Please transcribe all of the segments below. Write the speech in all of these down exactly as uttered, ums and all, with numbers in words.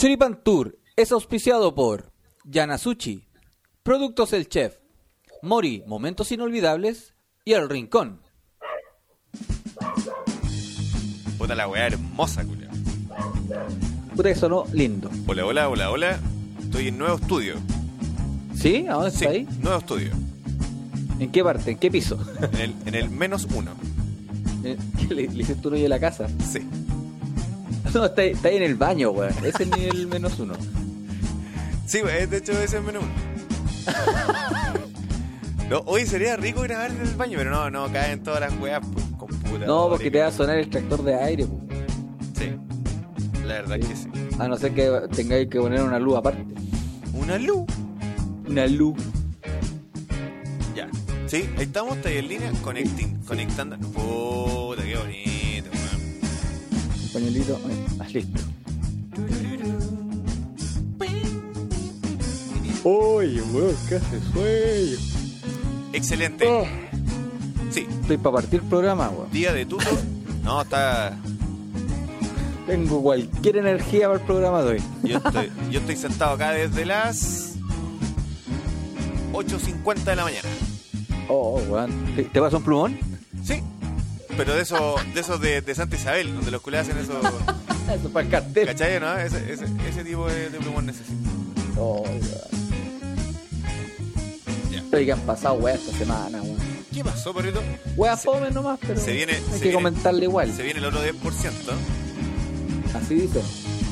Choripan Tour es auspiciado por Yanasuchi, Productos El Chef, Mori, Momentos Inolvidables y El Rincón. Puta la weá hermosa, culia. Puta que sonó lindo. Hola, hola, hola, hola. Estoy en nuevo estudio. ¿Sí? ¿A dónde Sí, está ahí? nuevo estudio. ¿En qué parte? ¿En qué piso? En el, en el menos uno. ¿Qué le, le hiciste un hoyo a la casa? Sí. No, está, ahí- está ahí en el baño, weón. Ese es el nivel menos uno. Sí, wey, de hecho ese es el menos uno. No, hoy sería rico grabar en el baño, pero no, no, caen todas las weas, pues, computador. No, porque y- te va a sonar el tractor de aire, po. Sí, la verdad Sí. que sí. A no ser que tengáis que poner una luz aparte. Una luz. Una luz. Ya. Sí, ahí estamos, está ahí en línea, connecting, conectando. Puta, qué bonito, weón. Un pañuelito. Ah, listo. Oye, weón, ¿qué hace sueño? Excelente. Oh, Sí, estoy para partir programa, weón. día de tuto. No, está. Tengo cualquier energía para el programa de hoy. Yo estoy, yo estoy sentado acá desde las ocho cincuenta de la mañana. Oh, weón. ¿Te, te pasó un plumón? Sí, pero de esos de, esos de, de Santa Isabel, donde los culés hacen eso. Eso para el cartel. ¿Cachai, no? Ese, ese, ese tipo de, de plumón necesito. Oh, weón. Ya. Oye, que han pasado weas esta semana, weón. ¿Qué pasó, perrito? Weas Se- fome nomás, pero se viene- hay se que viene- comentarle igual. Se viene el otro diez por ciento. Así dicen.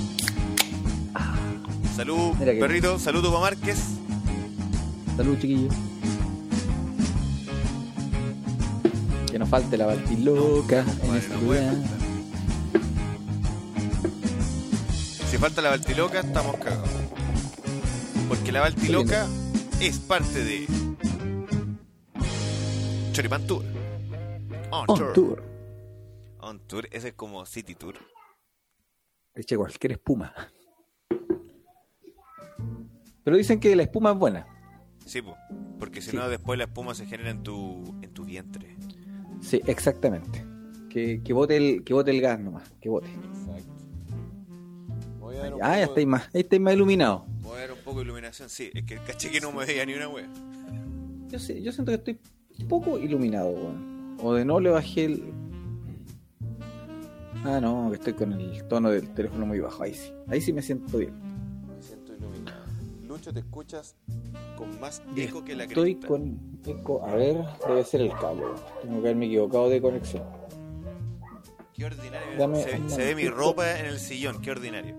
Salud, Mira que- perrito. Salud, Tupa Márquez. Salud, chiquillos. Que nos falte la baltiloca en Bueno, este no puede lugar. faltar. Si falta la Baltiloca, estamos cagados. Porque la Baltiloca es parte de Choripan Tour. On, On tour. tour. On Tour, ese es como City Tour. Eche cualquier espuma. Pero dicen que la espuma es buena. Sí, po, porque si Sí. no después la espuma se genera en tu en tu vientre. Sí, exactamente. Que, que bote el, que bote el gas nomás. Que bote. Exacto. Voy a dar un Ah, ya poco- estáis más, ahí estáis más iluminado. Voy a dar un poco de iluminación, sí. Es que caché que no me veía ni una wea. Yo, sé- yo siento que estoy poco iluminado, weón. O de no le bajé el. Ah, no, que estoy con el tono del teléfono muy bajo. Ahí sí. Ahí sí me siento bien. Me siento iluminado. Lucho, te escuchas con más eco que la Estoy cresta. con eco. A ver, debe ser el cable. weón. Tengo que haberme equivocado de conexión. Qué ordinario. Dame Se, un se ve mi momentito. ropa en el sillón, qué ordinario.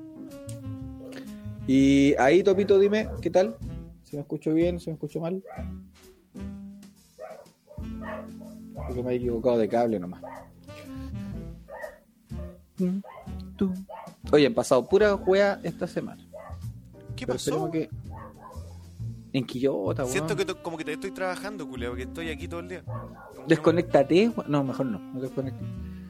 Y ahí, Topito, dime, ¿qué tal? ¿Si me escucho bien? ¿Si me escucho mal? Porque me he equivocado de cable nomás. Oye, han pasado pura juega esta semana. ¿Qué Pero pasó? esperemos que... En Quillota, weón. Siento que to- como que te estoy trabajando, culiao, porque estoy aquí todo el día. Como que Desconéctate, weón. No, mejor no, no desconectes.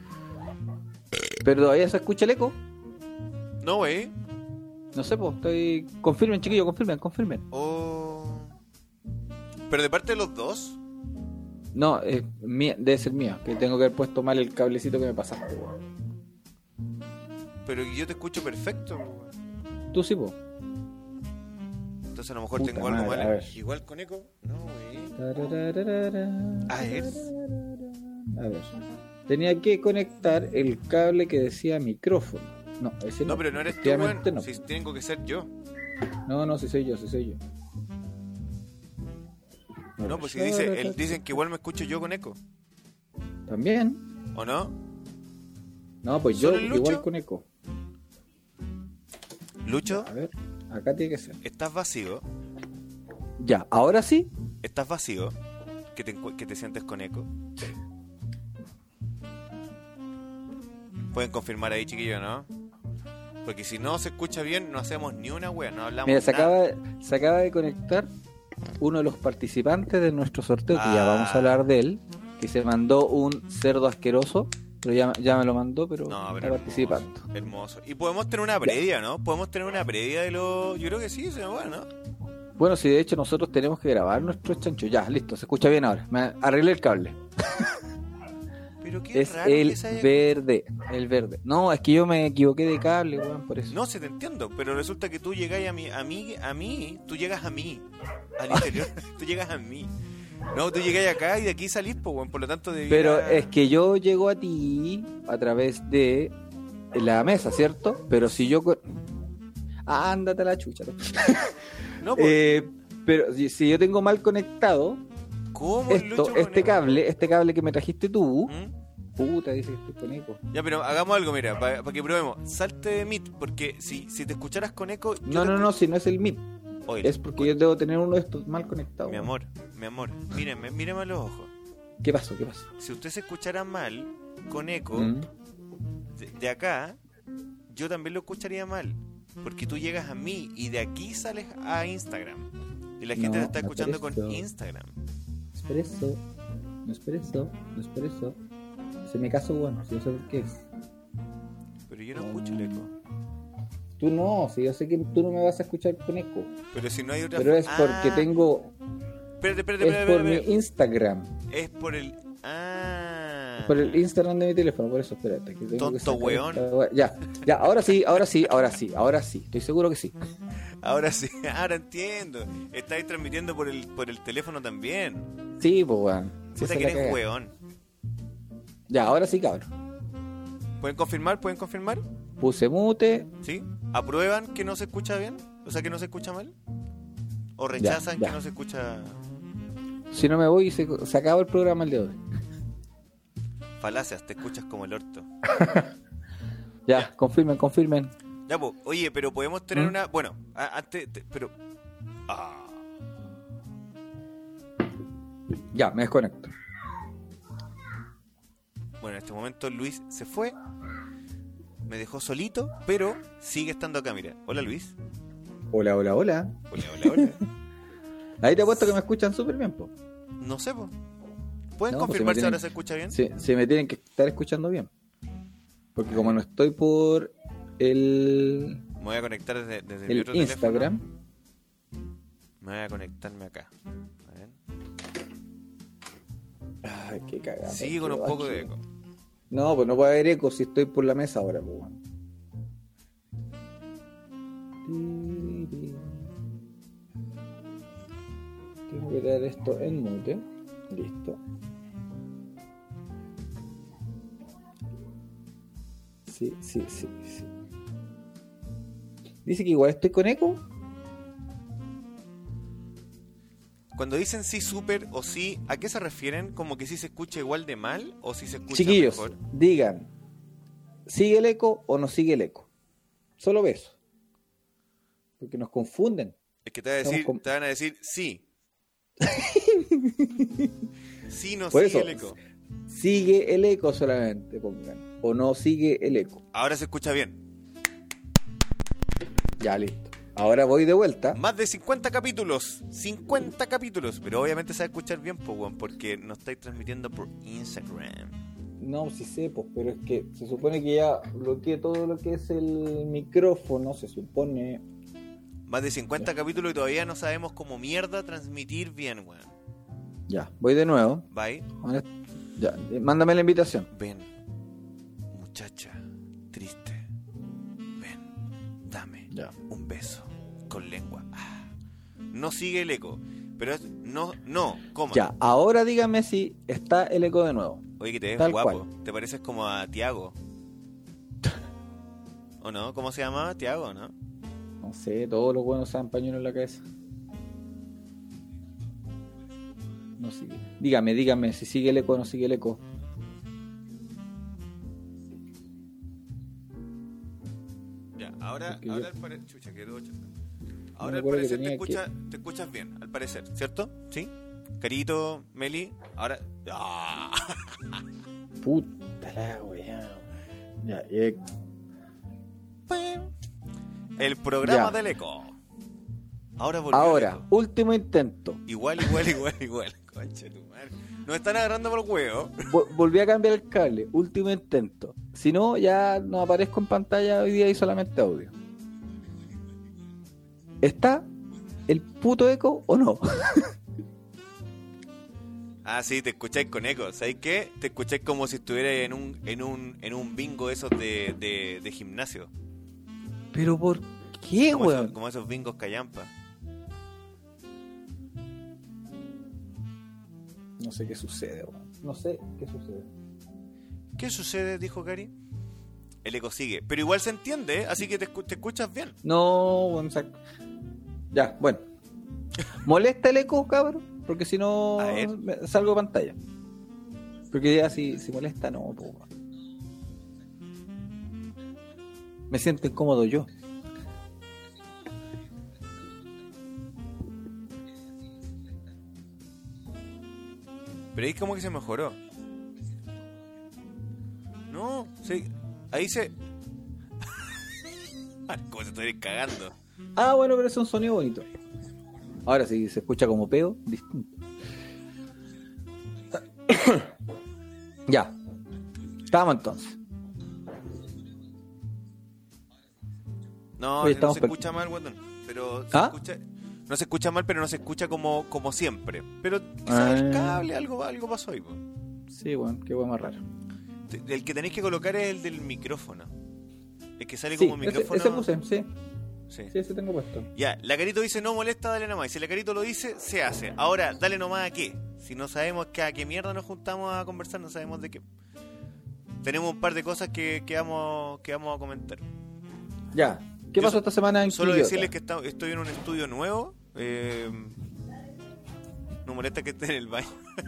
Pero todavía se escucha el eco. No, no, wey. No sé, pues, estoy... Confirmen, chiquillos, confirmen, confirmen. Oh. ¿Pero de parte de los dos? No, es mía, debe ser mía, que tengo que haber puesto mal el cablecito que me pasaste, weón. Pero yo te escucho perfecto, weón. Tú sí, pues. Entonces a lo mejor Puta tengo algo madre, mal. a ver. Igual con eco. No, wey. Tarararara. A ver. A ver. Tenía que conectar el cable que decía micrófono. No, ese no. No, pero no eres tú, Efectivamente weón. no. Si tengo que ser yo. No, no, si soy yo, si soy yo. No, pues si dice, él, dicen que igual me escucho yo con eco. También. ¿O no? No, pues yo ¿Solo el Lucho? igual con eco. Lucho, A ver, acá tiene que ser. ¿estás vacío? Ya, ahora sí. ¿Estás vacío? ¿Que te, encu- que te sientes con eco? Pueden confirmar ahí, chiquillos, ¿no? Porque si no se escucha bien, no hacemos ni una wea, no hablamos Mira, se nada. acaba, se acaba de conectar uno de los participantes de nuestro sorteo, que ya Ah. vamos a hablar de él, que se mandó un cerdo asqueroso, pero ya, ya me lo mandó, pero No, está pero participando. hermoso, hermoso. Y podemos tener una previa, ¿no? Podemos tener una previa de lo... Yo creo que sí, se bueno, ¿no? Bueno, si de hecho nosotros tenemos que grabar nuestro chancho. Ya, listo, se escucha bien ahora. Me arreglé el cable. Pero qué Es raro el que se haya... verde, el verde. No, es que yo me equivoqué de cable, weón, por eso. No, se te entiendo, pero resulta que tú llegas a mí, a mí, a mí, tú llegas a mí, al interior, tú llegas a mí. No, tú llegas acá y de aquí salís, pues, weón, por lo tanto debiera... Pero es que yo llego a ti a través de la mesa, ¿cierto? Pero si yo... co- Ah, ándate a la chucha. No, pues, eh, pero si, si yo tengo mal conectado ¿cómo el esto, Lucho con este eco? cable, este cable que me trajiste tú, ¿Mm? puta, dice que estoy con eco. Ya, pero hagamos algo, mira, para que probemos. Salte de Meet, porque si, si te escucharas con eco... yo No, te no, escu- no, si no es el M I P. Oye, Es porque yo debo tener uno de estos mal conectados. mi amor, mi amor, míreme, míreme a los ojos. ¿Qué pasó? ¿Qué pasó? Si usted se escuchara mal, con eco, Mm. de, de acá, yo también lo escucharía mal. Porque tú llegas a mí y de aquí sales a Instagram. Y la gente No, te está no escuchando por con eso. Instagram. No es por eso, no es por eso, no es por eso. Se me caso, bueno, si yo sé por qué es. Pero yo no escucho el eco. Tú no, si yo sé que tú no me vas a escuchar con eco. Pero si no hay otra Pero es fo- porque Ah, tengo. Espérate, espérate, Es espérate, por espérate, mi Instagram. Es por el... Ah. Por el Instagram de mi teléfono, por eso, espérate. Que tengo Tonto que sacar weón. esta wea. Ya, ya, ahora sí, ahora sí, ahora sí, ahora sí. Estoy seguro que sí. Ahora sí, ahora entiendo. Estáis transmitiendo por el, por el teléfono también. Sí, pues weón. Sí, Puta esa que es la eres cagada. weón. Ya, ahora sí, cabrón. ¿Pueden confirmar? ¿Pueden confirmar? Puse mute. ¿Sí? ¿Aprueban que no se escucha bien? O sea, que no se escucha mal. ¿O rechazan ya. que no se escucha? Si no me voy, se, se acabó el programa el de hoy. Falacias, te escuchas como el orto. Ya, Ya. confirmen, confirmen. Ya, pues, oye, pero podemos tener ¿Mm? una... Bueno, a- antes... te- pero... Ah, Ya, me desconecto. bueno, en este momento Luis se fue. Me dejó solito, pero sigue estando acá, mira. Hola, Luis. Hola, hola, hola. Hola, hola, hola. Ahí te apuesto que me escuchan súper bien, po. No sé, pues. ¿Pueden No, pues confirmar se si me ahora tienen- se escucha bien? Sí, sí, me tienen que estar escuchando bien. Porque como no estoy por el, Me voy a conectar desde, desde mi el otro Instagram. teléfono. Me voy a conectarme acá. A ver. Ay, qué cagada. Sigue con un quedó poco aquí. de eco. No, pues no puede haber eco si estoy por la mesa ahora, pues. weón. Tengo que dar esto en mute. Listo. Sí, sí, sí, sí. Dice que igual estoy con eco. Cuando dicen sí super o sí, ¿a qué se refieren? ¿Como que sí se escucha igual de mal o sí se escucha Chiquillos, mejor? digan, ¿sigue el eco o no sigue el eco? Solo eso. Porque nos confunden. Es que te, va a Estamos decir, con- te van a decir sí. Sí, no Por sigue eso, el eco. sigue el eco solamente, pongan. O no sigue el eco. Ahora se escucha bien. Ya, listo. Ahora voy de vuelta. Más de cincuenta capítulos. cincuenta capítulos. Pero obviamente se va a escuchar bien, pues, weón, porque nos estáis transmitiendo por Instagram. No, sí sé, pues, pero es que se supone que ya bloqueé todo lo que es el micrófono, se supone. Más de cincuenta capítulos y todavía no sabemos cómo mierda transmitir bien, weón. Ya, voy de nuevo. Bye. Ahora- Ya, eh, mándame la invitación. Ven, muchacha triste. Ven, dame Ya. un beso con lengua. Ah. No sigue el eco. Pero es, no, no, ¿cómo? Ya, ahora dígame si está el eco de nuevo. Oye, que te ves Tal guapo. cual. Te pareces como a Tiago. ¿O no? ¿Cómo se llamaba? Tiago, ¿no? No sé, todos los buenos usan pañuelo en la cabeza. No sigue. Dígame, dígame si sigue el eco o no sigue el eco. Ya, ahora, Porque ahora yo- al parecer. Chucha, quedó chata. me Ahora al acuerdo que parecer te, tenía escucha, te escuchas bien, al parecer, ¿cierto? ¿Sí? Carito, Meli, ahora. ¡Ah! Puta la weá. Ya, eh, El programa Ya. del eco. Ahora volvió el ahora, eco. último intento. Igual, igual, igual, igual. Concha de tu madre. Nos están agarrando por el huevo. Vol- volví a cambiar el cable, último intento. Si no, ya no aparezco en pantalla hoy día y solamente audio. ¿Está el puto eco o no? Ah, sí, te escucháis con eco. ¿Sabes qué? Te escucháis como si estuvieras en un, en un, en un bingo esos de, de, de gimnasio. ¿Pero por qué, Como esos, weón? como esos bingos callampa. No sé qué sucede, weón. No sé qué sucede. ¿Qué sucede? Dijo Cari. El eco sigue. Pero igual se entiende, ¿eh? Así que te, escu- te escuchas bien. No, weón, sac- ya, bueno. ¿Molesta el eco, cabrón? Porque si no, A ver. me- salgo de pantalla. Porque ya si, si molesta, no, po, weón. Me siento incómodo yo. Pero ahí como que se mejoró. No, sí. Ahí se... Como se estoy cagando. Ah, bueno, pero es un sonido bonito. Ahora sí, se escucha como peo, distinto. Ya. Estamos entonces. No, Oye, no estamos se per- escucha mal, Guatón. Pero se ¿Ah? escucha... No se escucha mal, pero no se escucha como, como siempre. Pero quizás el Ah. cable, algo, algo pasó ahí, po. Sí, bueno, qué weón más raro. El que tenéis que colocar es el del micrófono. El que sale Sí, como ese, micrófono. ese puse, sí. Sí. Sí, ese tengo puesto. Ya, la Carito dice no molesta, dale nomás. Y si la Carito lo dice, se hace. Ahora, dale nomás a qué. Si no sabemos que a qué mierda nos juntamos a conversar, no sabemos de qué. Tenemos un par de cosas que, que, vamos, que vamos a comentar. Ya. ¿Qué Yo pasó so- esta semana en Solo Quillota? decirles que está- estoy en un estudio nuevo. Eh, no molesta que esté en el baño.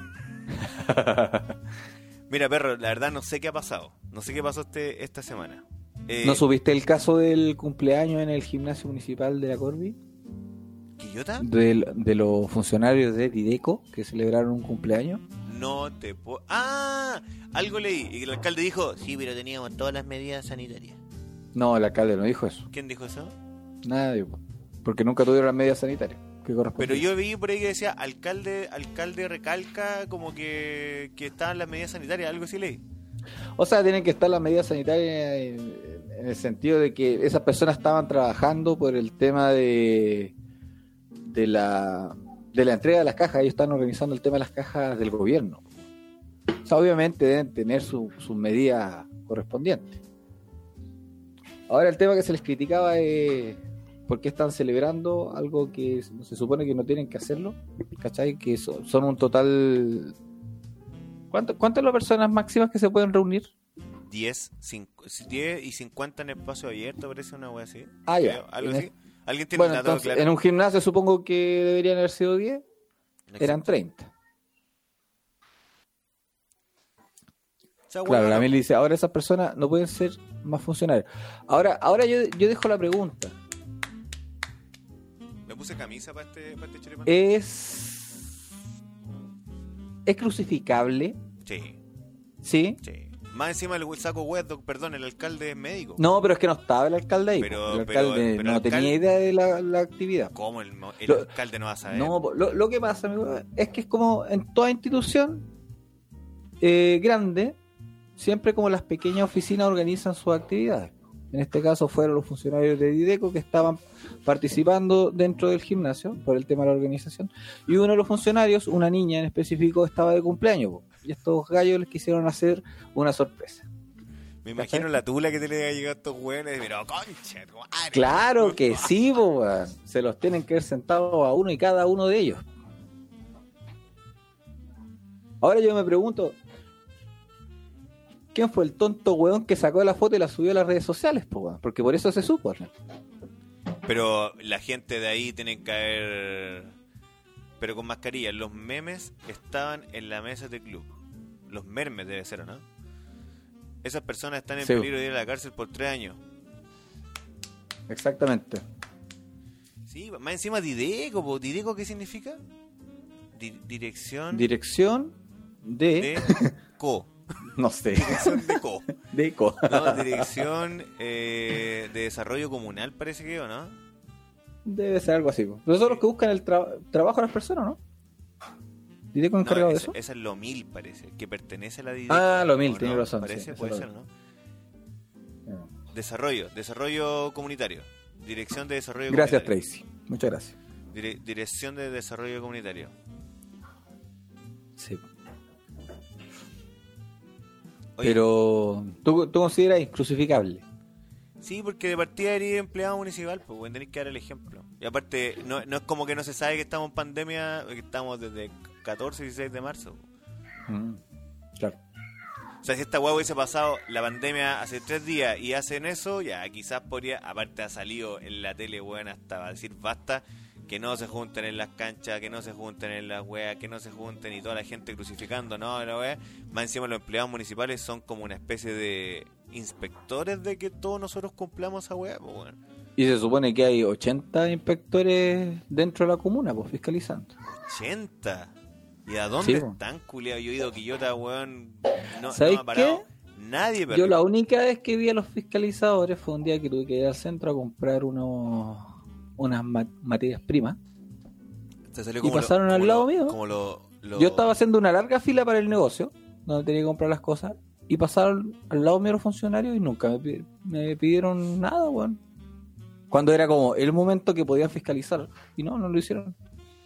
Mira, perro, la verdad no sé qué ha pasado. No sé qué pasó este, esta semana. Eh, ¿No subiste el caso del cumpleaños en el gimnasio municipal de la Corvi? ¿Quillota? De, de los funcionarios de Dideco que celebraron un cumpleaños. No te puedo... ¡Ah! Algo leí. Y el alcalde dijo, sí, pero teníamos todas las medidas sanitarias. No, el alcalde no dijo eso. ¿Quién dijo eso? Nadie, po. Porque nunca tuvieron las medidas sanitarias que corresponden. Pero yo vi por ahí que decía, alcalde alcalde recalca como que, que estaban las medidas sanitarias, algo así leí. O sea, tienen que estar las medidas sanitarias en, en el sentido de que esas personas estaban trabajando por el tema de de la de la entrega de las cajas. Ellos están organizando el tema de las cajas del gobierno. O sea, obviamente deben tener su- sus medidas correspondientes. Ahora el tema que se les criticaba es por qué están celebrando algo que se supone que no tienen que hacerlo, ¿cachai? Que so- son un total... ¿Cuánto, ¿Cuántas son las personas máximas que se pueden reunir? diez, cinco, diez y cincuenta en espacio abierto, parece una wea así. Ah, ya. Creo, algo En así. el- ¿Alguien tiene Bueno, el dato entonces, claro? en un gimnasio supongo que deberían haber sido diez, eran treinta. O sea, Claro, bueno, la no. Meli dice, ahora esas personas no pueden ser más funcionarios. Ahora, ahora yo, yo dejo la pregunta. Me puse camisa para este, para este choripán. ¿Es... ¿Es crucificable? Sí, ¿Sí? sí. Más encima el saco web, perdón, el alcalde es médico. No, pero es que no estaba el alcalde ahí. Pero- po. El pero- alcalde pero no el tenía alcalde- idea de la, la actividad. ¿Cómo el, mo- el Lo- alcalde no va a saber? No, po, lo, lo que pasa, amigo, es que es como en toda institución eh, grande, siempre como las pequeñas oficinas organizan sus actividades. En este caso fueron los funcionarios de Dideco que estaban participando dentro del gimnasio por el tema de la organización. Y uno de los funcionarios, una niña en específico, estaba de cumpleaños. Po. Y estos gallos les quisieron hacer una sorpresa. Me imagino la tula que te le ha llegado a estos hueones, pero concha, tu madre. Claro que sí, po, weón. Se los tienen que ver sentados a uno y cada uno de ellos. Ahora yo me pregunto, ¿quién fue el tonto weón que sacó la foto y la subió a las redes sociales, po, weón? Porque por eso se supo, ¿no? Pero la gente de ahí tiene que haber... Pero con mascarilla. Los memes estaban en la mesa del club. Los mermes debe ser, ¿o no? Esas personas están en Sí. peligro de ir a la cárcel por tres años. Exactamente. Sí, más encima Dideco, po. ¿Dideco qué significa? Di- dirección Dirección de... de co. No sé. Dirección de co. De co. No, dirección eh, de desarrollo comunal parece que, ¿o no? Debe ser algo así, po. Pero son los que buscan el tra- trabajo a las personas, ¿no? ¿Dideco encargado No, de esa, eso? esa es lo mil, parece, que pertenece a la Dideco. Ah, lo mil, ¿o tiene no? razón, Parece, sí, eso puede lo ser, vi. ¿no? Desarrollo, desarrollo comunitario. Dirección de desarrollo Gracias, comunitario. Tracy. Muchas gracias. Dire- dirección de desarrollo comunitario. Sí. Oye, Pero, ¿tú, tú consideras crucificable? sí, porque de partida eres empleado municipal, pues, bueno, tenés que dar el ejemplo. Y aparte, no, no es como que no se sabe que estamos en pandemia, que estamos desde catorce, dieciséis de marzo. Mm, claro. O sea, si esta hueá hubiese pasado la pandemia hace tres días y hacen eso, ya quizás podría, aparte ha salido en la tele, weón, hasta va a decir basta, que no se junten en las canchas, que no se junten en las weas, que no se junten y toda la gente crucificando, no, la wea. Más encima los empleados municipales son como una especie de inspectores de que todos nosotros cumplamos esa wea, pues bueno. Y se supone que hay ochenta inspectores dentro de la comuna, pues fiscalizando. ochenta. ¿Y a dónde Sí, po. están, culiados? Yo he ido a Quillota, weón, no, no ¿Sabes me ha parado qué? nadie, pero Yo la única vez que vi a los fiscalizadores fue un día que tuve que ir al centro a comprar unos unas ma- materias primas. se salió y como lo- pasaron al como lado lo- mío. Como lo, lo- Yo estaba haciendo una larga fila para el negocio, donde tenía que comprar las cosas, y pasaron al lado mío los funcionarios y nunca me, pi- me pidieron nada, weón. Cuando era como el momento que podían fiscalizar, y no, no lo hicieron.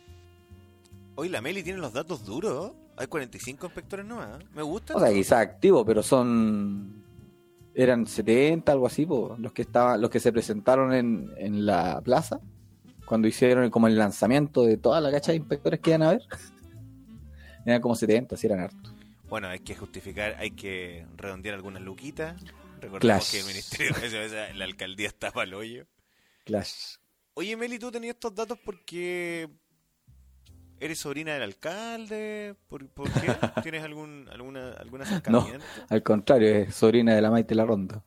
Hoy la Meli tiene los datos duros. Hay cuarenta y cinco inspectores nuevas. Me gusta. O sea, esto. quizás activo, pero son... Eran setenta, algo así, po, los que estaban, los que se presentaron en, en la plaza, cuando hicieron como el lanzamiento de toda la cacha de inspectores que iban a ver. Eran como setenta, si eran hartos. Bueno, hay que justificar, hay que redondear algunas luquitas. Recordemos Clash. que el ministerio de esa- la alcaldía está para el hoyo. Clash. Oye, Meli, ¿tú tenías estos datos porque eres sobrina del alcalde? ¿Por, por qué? ¿Tienes algún alguna algún acercamiento? Al contrario, es sobrina de la Maite Larrondo.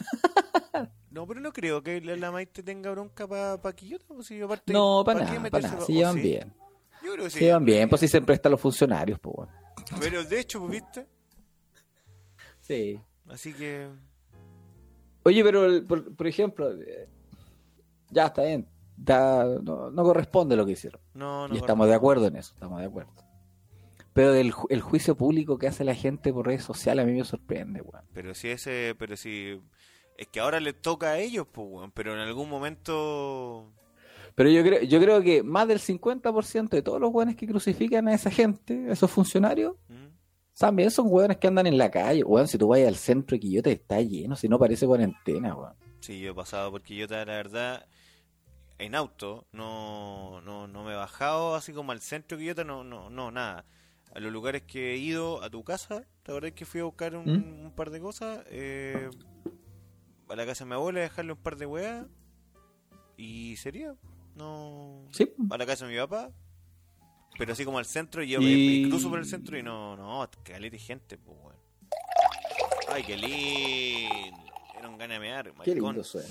No, pero no creo que la, la Maite tenga bronca para pa Quillota. Pues, si aparte, No, para qué nada, para meterse nada. pa- Se o llevan sí? bien. Yo creo que Se llevan bien, pues si se prestan los funcionarios, pues bueno. Pero de hecho, pues, ¿viste? Sí. Así que... Oye, pero el- por, por ejemplo, eh, ya está bien. Da- no, no corresponde lo que hicieron. No, no. Y estamos de acuerdo en eso, estamos de acuerdo. Pero del ju- el juicio público que hace la gente por redes sociales a mí me sorprende, weón. Pero si ese... Pero si... Es que ahora les toca a ellos, pues, weón. Pero en algún momento... Pero yo creo, yo creo que más del cincuenta por ciento de todos los weones que crucifican a esa gente, a esos funcionarios, ¿Mm? también son weones que andan en la calle. Weón, si tú vas al centro de Quillota está lleno, si no parece cuarentena, weón. Sí, yo he pasado por Quillota, la verdad... En auto, no, no, no me he bajado así como al centro de Quillota, no, no, no, nada. A los lugares que he ido, a tu casa, ¿te acordás que fui a buscar un, ¿Mm? un par de cosas? Eh, a la casa de mi abuela, a dejarle un par de weas. Y sería, no... Sí. A la casa de mi papá. Pero así como al centro, yo Y- me cruzo por el centro y no, no, caleta de gente, pues, weón. Ay, qué lindo. Era un gana de mear, Qué maricón. lindo suena.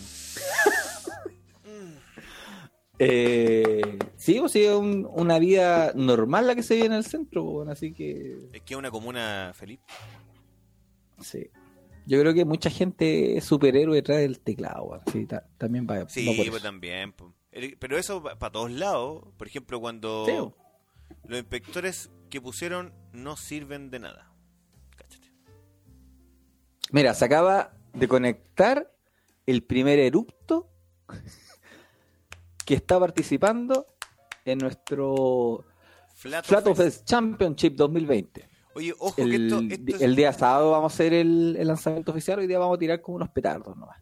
Eh, sí, o sea, un- una vida normal la que se vive en el centro, weón, así que Es que es una comuna feliz. sí. Yo creo que mucha gente es superhéroe detrás del teclado, weón. Sí, ta- también va, Sí, va por pues eso. también. po. El- Pero eso para todos lados. Por ejemplo, cuando Sí, bo. los inspectores que pusieron no sirven de nada. Cáchate. Mira, se acaba de conectar el primer erupto que está participando en nuestro Flato Flato Fest. Fest Championship dos mil veinte. Oye, ojo que esto, El, esto es- el día sábado vamos a hacer el, el lanzamiento oficial, hoy día vamos a tirar como unos petardos nomás.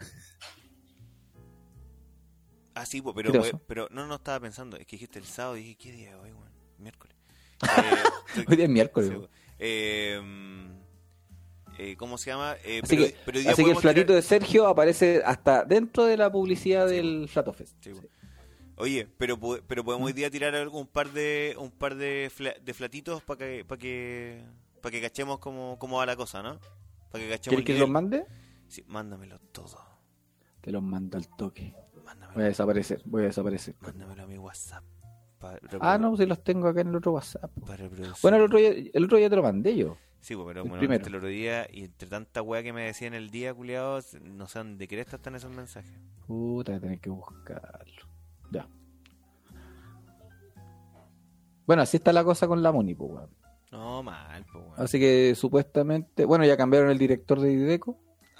Ah, sí, po, pero, ¿Qué te pasó? pero no, no estaba pensando. Es que dijiste el sábado y dije, ¿qué día es hoy, weón? Miércoles. Eh, Hoy día es miércoles. sí, weón. eh, eh, ¿Cómo se llama? Eh, Así pero, que, pero hoy día así que el podemos flatito tirar- de Sergio aparece hasta dentro de la publicidad Sí, del Flato Fest. Sí, po. Oye, pero po- pero podemos hoy día tirar algún par de un par de, fla- de flatitos para que para que para que cachemos cómo, cómo va la cosa, ¿no? Para que cachemos ¿Quieres el que te nivel. los mande? Sí, mándamelo todo. Te los mando al toque. Mándamelo, Voy a desaparecer, voy a desaparecer. mándamelo a mi WhatsApp. Para Ah, no, si los tengo acá en el otro WhatsApp. Para reproducir. Bueno, el otro día, el otro día te lo mandé yo. Sí, pues, pero el bueno, primero. el otro día y entre tanta weá que me decían el día, culiados, no sé dónde cresta están esos mensajes. Puta, voy a tener que buscarlo. Ya. Bueno, así está la cosa con la Moni, pues, weón. No, mal, pues, weón. Así que supuestamente, bueno, ya cambiaron el director de Ideco.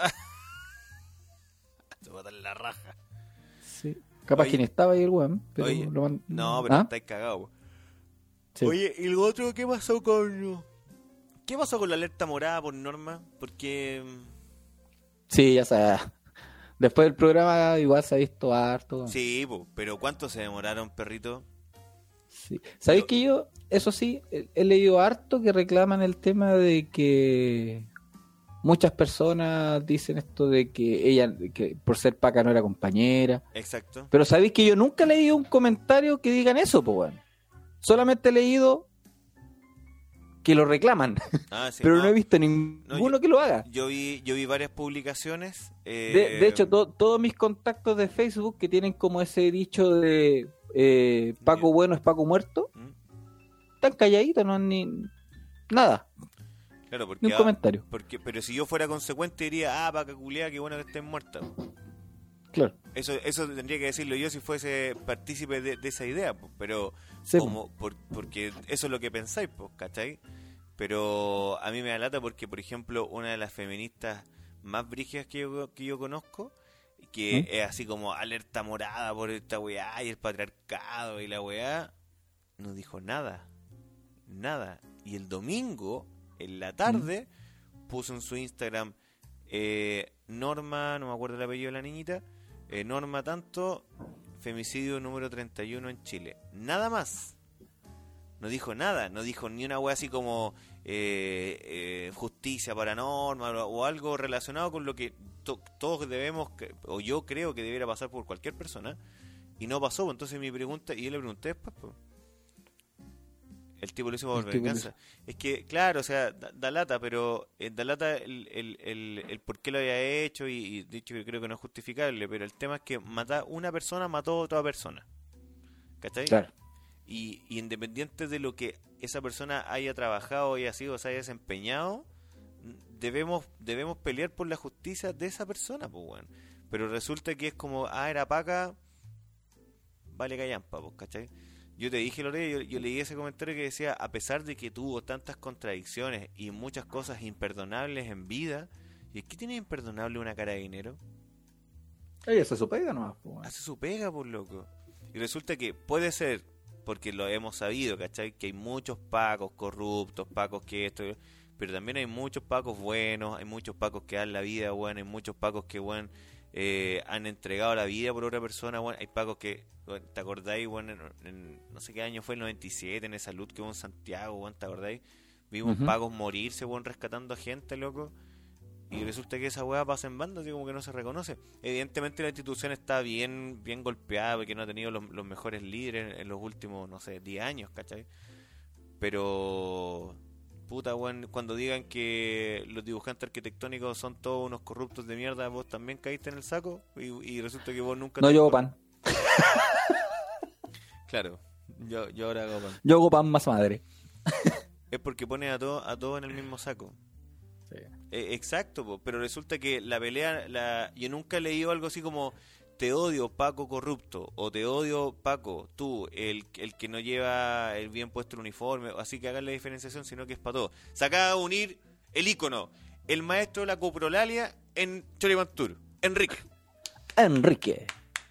Se va a dar la raja. Sí. Capaz Oye. que ni estaba ahí el weón, pero Oye, lo man- No, pero ¿Ah? estáis cagados, po. Sí. Oye, ¿y lo otro qué pasó con... ¿Qué pasó con la alerta morada por norma? Porque... Sí, ya sabes. Después del programa igual se ha visto harto. Sí, po, pero ¿cuánto se demoraron, perrito? Sí. ¿Sabéis Yo- que yo, eso sí, he, he leído harto que reclaman el tema de que muchas personas dicen esto de que ella, que por ser paca no era compañera. Exacto. Pero sabéis que yo nunca he leído un comentario que digan eso, pues bueno. Solamente he leído que lo reclaman, Ah, sí, pero no, no he visto ninguno yo- que lo haga. Yo vi, yo vi varias publicaciones. eh, De, de hecho, to- todos mis contactos de Facebook que tienen como ese dicho de eh, Paco bueno es Paco muerto, ¿Mm? están calladitos, no han ni nada, Claro, ni porque, un ah, comentario. porque... Pero si yo fuera consecuente diría, ah, paca culiada, qué bueno que estén muertas. Claro. Eso, eso tendría que decirlo yo si fuese partícipe de, de esa idea, po, pero Sí, como por- porque eso es lo que pensáis, pues, ¿cachai? Pero a mí me da lata porque, por ejemplo, una de las feministas más brígidas que yo, que yo conozco, que ¿Mm? es así como alerta morada por esta weá y el patriarcado y la weá, no dijo nada, nada. Y el domingo, en la tarde, puso en su Instagram eh, Norma, no me acuerdo el apellido de la niñita, eh, Norma tanto, femicidio número treinta y uno en Chile. Nada más. No dijo nada, no dijo ni una wea así como eh, eh, justicia para Norma o, o algo relacionado con lo que to- todos debemos, que- o yo creo que debiera pasar por cualquier persona, y no pasó. Entonces mi pregunta, y yo le pregunté después, pues, el tipo lo hizo por El tipo lo venganza. Es que, claro, o sea, da, da lata, pero eh, da lata el, el, el, el por qué lo había hecho y, y de hecho yo creo que no es justificable, pero el tema es que matar una persona mató a otra persona. ¿Cachai? Claro. Y, y independiente de lo que esa persona haya trabajado, haya sido, se haya desempeñado, debemos debemos pelear por la justicia de esa persona, pues bueno. Pero resulta que es como, ah, era paca, vale callampa, pues, ¿cachai? Yo te dije, Lore, yo, yo leí ese comentario que decía, a pesar de que tuvo tantas contradicciones y muchas cosas imperdonables en vida, ¿y qué tiene imperdonable una carabinero? Ella se supega nomás, pues, bueno. Hace su pega, por loco. Y resulta que puede ser, porque lo hemos sabido, ¿cachai? Que hay muchos pacos corruptos, pacos que esto, pero también hay muchos pacos buenos, hay muchos pacos que dan la vida, bueno, hay muchos pacos que, bueno, eh, han entregado la vida por otra persona, bueno, hay pacos que, bueno, ¿te acordáis, bueno, en, en- no sé qué año fue, el noventa y siete, en esa luz que hubo en Santiago, bueno, ¿te acordáis? Vimos Ujú. pacos morirse, bueno, rescatando a gente, loco. Y resulta que esa weá pasa en banda, así como que no se reconoce. Evidentemente la institución está bien bien golpeada porque no ha tenido los, los mejores líderes en los últimos, no sé, diez años, ¿cachai? Pero, puta, weón, cuando digan que los dibujantes arquitectónicos son todos unos corruptos de mierda, vos también caíste en el saco y, y resulta que vos nunca... No, te- yo hago pan. Claro, yo, yo ahora hago pan. Yo hago pan más madre. Es porque pone a todos a todo en el mismo saco. Sí. Eh, exacto, po, pero resulta que la pelea, la, yo nunca he leído algo así como te odio Paco corrupto o te odio Paco, tú, el, el que no lleva el bien puesto el uniforme, así que hagan la diferenciación, sino que es para todo. Se acaba de unir el ícono, el maestro de la coprolalia en Choripantur, Enrique. Enrique.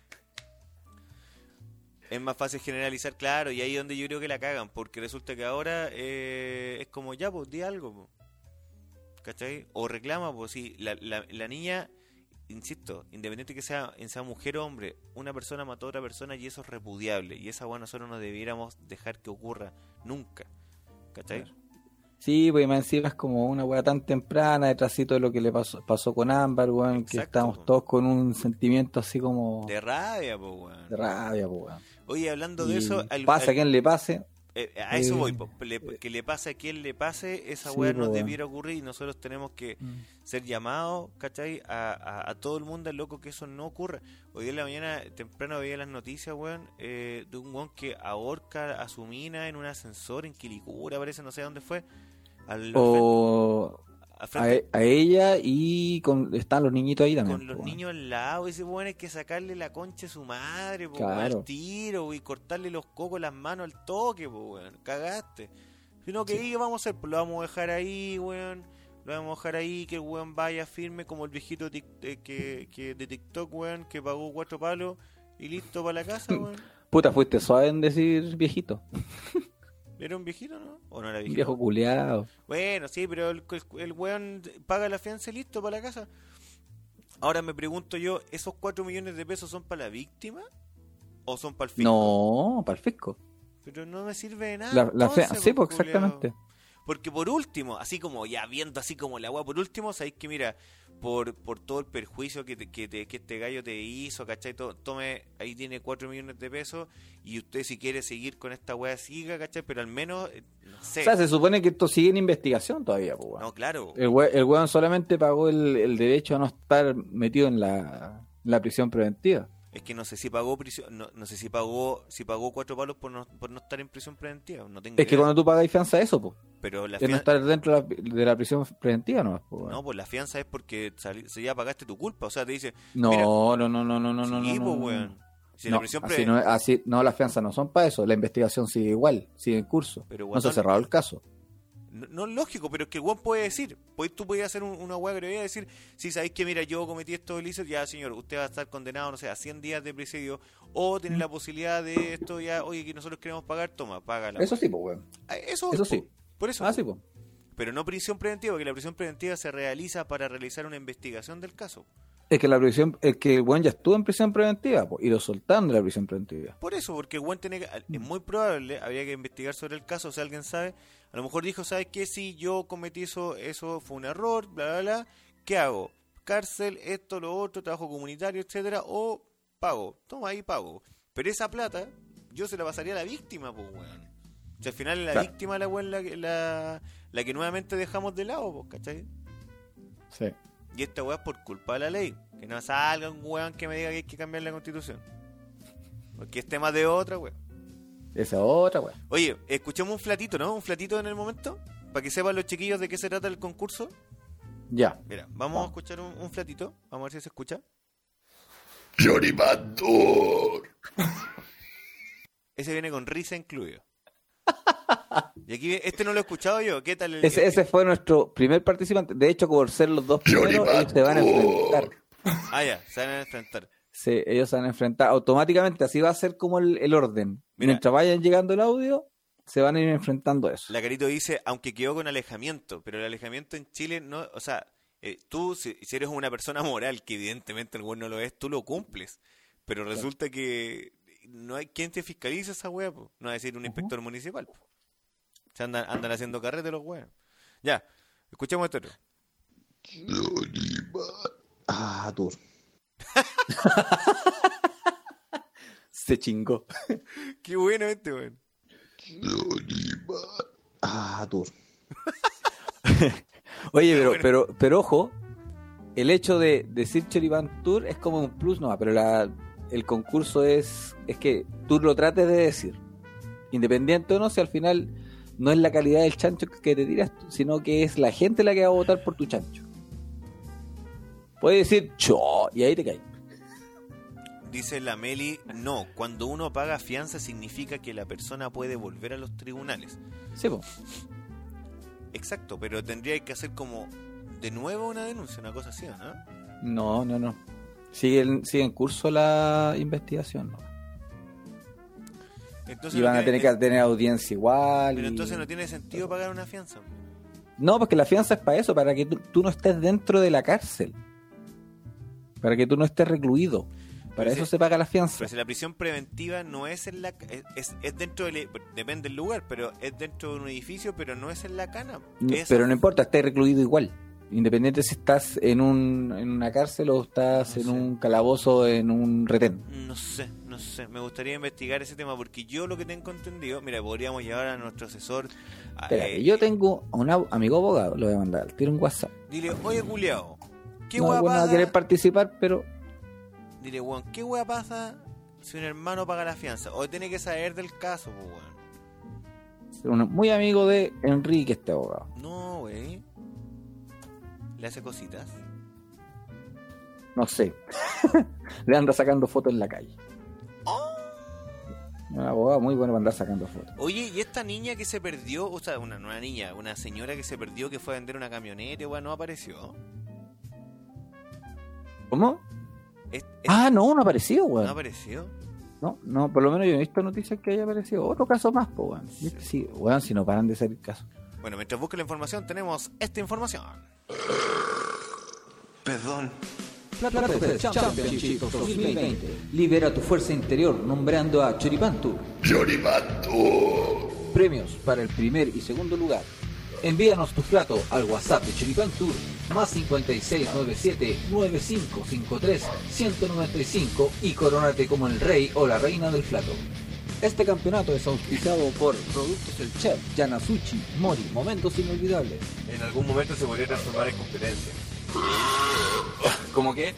Es más fácil generalizar, claro, y ahí es donde yo creo que la cagan, porque resulta que ahora eh, es como ya, pues di algo, po. ¿Cachai? O reclama, pues sí, la, la, la niña, insisto, independiente que sea, sea mujer o hombre, una persona mató a otra persona y eso es repudiable. Y esa weá nosotros no debiéramos dejar que ocurra nunca. ¿Cachai? Sí, pues más encima es como una weá tan temprana, detrásito de lo que le pasó, pasó con Ámbar, weón, que Exacto, estamos po. todos con un sentimiento así como De rabia, pues weón. de rabia, pues weón. Oye, hablando Y de eso, al- pase al- a quien le pase, eh, a eso eh, voy, po. Le- que le pase a quien le pase, esa Sí, weá po, no weón. debiera ocurrir y nosotros tenemos que ser llamados, ¿cachai? A, a, a todo el mundo al loco que eso no ocurra. Hoy día en la mañana temprano veía las noticias, weón, eh, de un weón que ahorca a su mina en un ascensor en Quilicura, parece, no sé dónde fue. Al, o al a, frente, a ella y con, están los niñitos ahí también. con los pues, weón. niños al lado, ese weón hay que sacarle la concha de su madre, po, Claro. weón, al tiro, y cortarle los cocos, las manos al toque, po, weón, cagaste. Sino que Sí. ahí vamos a hacer, pues lo vamos a dejar ahí, weón. Lo vamos a dejar ahí, que el weón vaya firme como el viejito tic- eh, que, que de TikTok, weón, que pagó cuatro palos y listo para la casa, weón. Puta, fuiste suave en decir viejito. ¿Era un viejito, no? ¿O no era Un viejito? viejo culeado. Bueno, sí, pero el, el, el weón paga la fianza y listo para la casa. Ahora me pregunto yo, ¿esos cuatro millones de pesos son para la víctima o son para el fisco? No, para el fisco. Pero no me sirve de nada. La, la entonces, fia- sí, pues culiao. exactamente. Porque por último, así como ya viendo así como la weá, por último, sabéis que mira, por, por todo el perjuicio que, te- que, te- que este gallo te hizo, ¿cachai? To- Tome, ahí tiene cuatro millones de pesos y usted si quiere seguir con esta weá siga, ¿cachai? Pero al menos, eh, no sé. O sea, se supone que esto sigue en investigación todavía, pues, weón. No, claro. El, we- el weón solamente pagó el, el derecho a no estar metido en la, en la prisión preventiva. Es que no sé si pagó prisión, no, no sé si pagó si pagó cuatro palos por no, por no estar en prisión preventiva. No tengo Es que idea. cuando tú pagas fianza, eso, pues. Pero la Es no fianza... estar dentro de la, de la prisión preventiva, ¿no? Pues, weón. No, pues la fianza es porque sali- si ya pagaste tu culpa. O sea, te dice... No, mira, no, no, no, no, no, no, sí, no, pues, no. weón. Si No, la prisión así pre- no, es- así, no, las fianzas no son para eso. La investigación sigue igual, sigue en curso. Pero, no se ha guatón, cerrado el caso. No, no es lógico, pero es que el weón puede decir, pues tú podías hacer un- una hueá agresiva y decir, si sabéis que mira, yo cometí esto ilícito, ya señor, usted va a estar condenado, no sé, a cien días de presidio, o tiene la posibilidad de esto ya, oye, que nosotros queremos pagar, toma, págala. Eso sí, pues, weón. Ah, Eso, Eso po, sí. Por eso. Ah, sí, pues. Pero no prisión preventiva, porque la prisión preventiva se realiza para realizar una investigación del caso. Es que la prisión, es que el weón ya estuvo en prisión preventiva, po, y lo soltaron de la prisión preventiva. Por eso, porque el weón tiene que, es muy probable, habría que investigar sobre el caso, si alguien sabe, a lo mejor dijo, ¿sabes qué? Si yo cometí eso, eso fue un error, bla, bla, bla, ¿qué hago? Cárcel, esto, lo otro, trabajo comunitario, etcétera, o pago, toma ahí pago. Pero esa plata, yo se la pasaría a la víctima, pues, weón. O sea, al final es la Claro. víctima la, weón, la, que- la, la que nuevamente dejamos de lado, pues, ¿cachai? Sí. Y esta weá es por culpa de la ley. Que no salga un weón que me diga que hay que cambiar la constitución. Porque es tema de otra weá. Esa es otra, weón. Oye, escuchemos un flatito, ¿no? Un flatito en el momento. Para que sepan los chiquillos de qué se trata el concurso. Ya. Mira, vamos a escuchar un, un flatito. Vamos a ver si se escucha. Choripatur. Ese viene con risa incluido. Y aquí, este no lo he escuchado yo. ¿Qué tal el, Ese, ese fue nuestro primer participante. De hecho, por ser los dos primeros, ellos se van a enfrentar. Ah, ya, se van a enfrentar. Sí, ellos se van a enfrentar automáticamente. Así va a ser como el, el orden. Mira. Mientras vayan llegando el audio, se van a ir enfrentando eso. La Carito dice, aunque quedó con alejamiento, pero el alejamiento en Chile no, o sea, eh, tú si, si eres una persona moral, que evidentemente el güey no lo es, tú lo cumples. Pero resulta que no hay quien te fiscalice esa weá, po. No va a decir un inspector municipal. Po. Se andan, andan haciendo carrete los weones. Ya, escuchemos esto otro. Ah, tú. Se chingó. Qué bueno este weón. Ah, tú. Oye, pero, Bueno. pero, pero ojo, el hecho de decir Choripán Tour es como un plus, no, pero la, el concurso es, es que tú lo trates de decir. Independiente o no, si al final no es la calidad del chancho que te tiras, tú, sino que es la gente la que va a votar por tu chancho. Puedes decir cho, y ahí te caes. Dice la Meli, no, cuando uno paga fianza significa que la persona puede volver a los tribunales. Sí, po. Exacto, pero tendría que hacer como de nuevo una denuncia, una cosa así, ¿no? No, no, no. Sigue, en- sigue en curso la investigación, ¿no? Entonces Y no van a tiene- tener que tener audiencia igual. Pero y- entonces no tiene sentido pagar una fianza. No, porque la fianza es para eso, para que tú, tú no estés dentro de la cárcel. Para que tú no estés recluido. Para Pero eso si- se paga la fianza. Pero si la prisión preventiva no es en la... Es, es, es dentro del... Depende del lugar, pero es dentro de un edificio, pero no es en la cana. N- Es- Pero no importa, estés recluido igual. Independiente si estás en, un, en una cárcel o estás No en sé. un calabozo, en un retén. No sé, no sé. Me gustaría investigar ese tema porque yo lo que tengo entendido... Mira, podríamos llevar a nuestro asesor... a- Espérate, eh, yo tengo a un ab- amigo abogado, lo voy a mandar, tiro un WhatsApp. Dile, oye, culiao, ¿qué No, hueá bueno, va a pasa? querer participar, pero Dile, weón, ¿qué hueá pasa si un hermano paga la fianza? O tiene que saber del caso, pues, weón. un muy amigo de Enrique, este abogado. No, wey. Le hace cositas. No sé. Le anda sacando fotos en la calle. Oh. Un abogado muy bueno para andar sacando fotos. Oye, ¿y esta niña que se perdió? O sea, una, no una niña, una señora que se perdió que fue a vender una camioneta, weón, no apareció. ¿Cómo? Es- es- Ah, no, no apareció, ¿No weón. apareció? No, no, por lo menos yo he visto noticias que haya aparecido otro caso más, pues, weón. Sí, sí, weón, si no paran de salir casos. Bueno, mientras busque la información, tenemos esta información. Perdón. Flatfest Championship dos mil veinte. Libera tu fuerza interior nombrando a Choripantu. Choripantu. Premios para el primer y segundo lugar. Envíanos tu plato al WhatsApp de Choripantu más cincuenta y seis noventa y siete noventa y cinco cincuenta y tres ciento noventa y cinco y corónate como el rey o la reina del plato. Este campeonato es auspiciado por Productos El Chef, Yanasuchi, Mori, Momentos Inolvidables. En algún momento se podría transformar en competencia. ¿Cómo qué?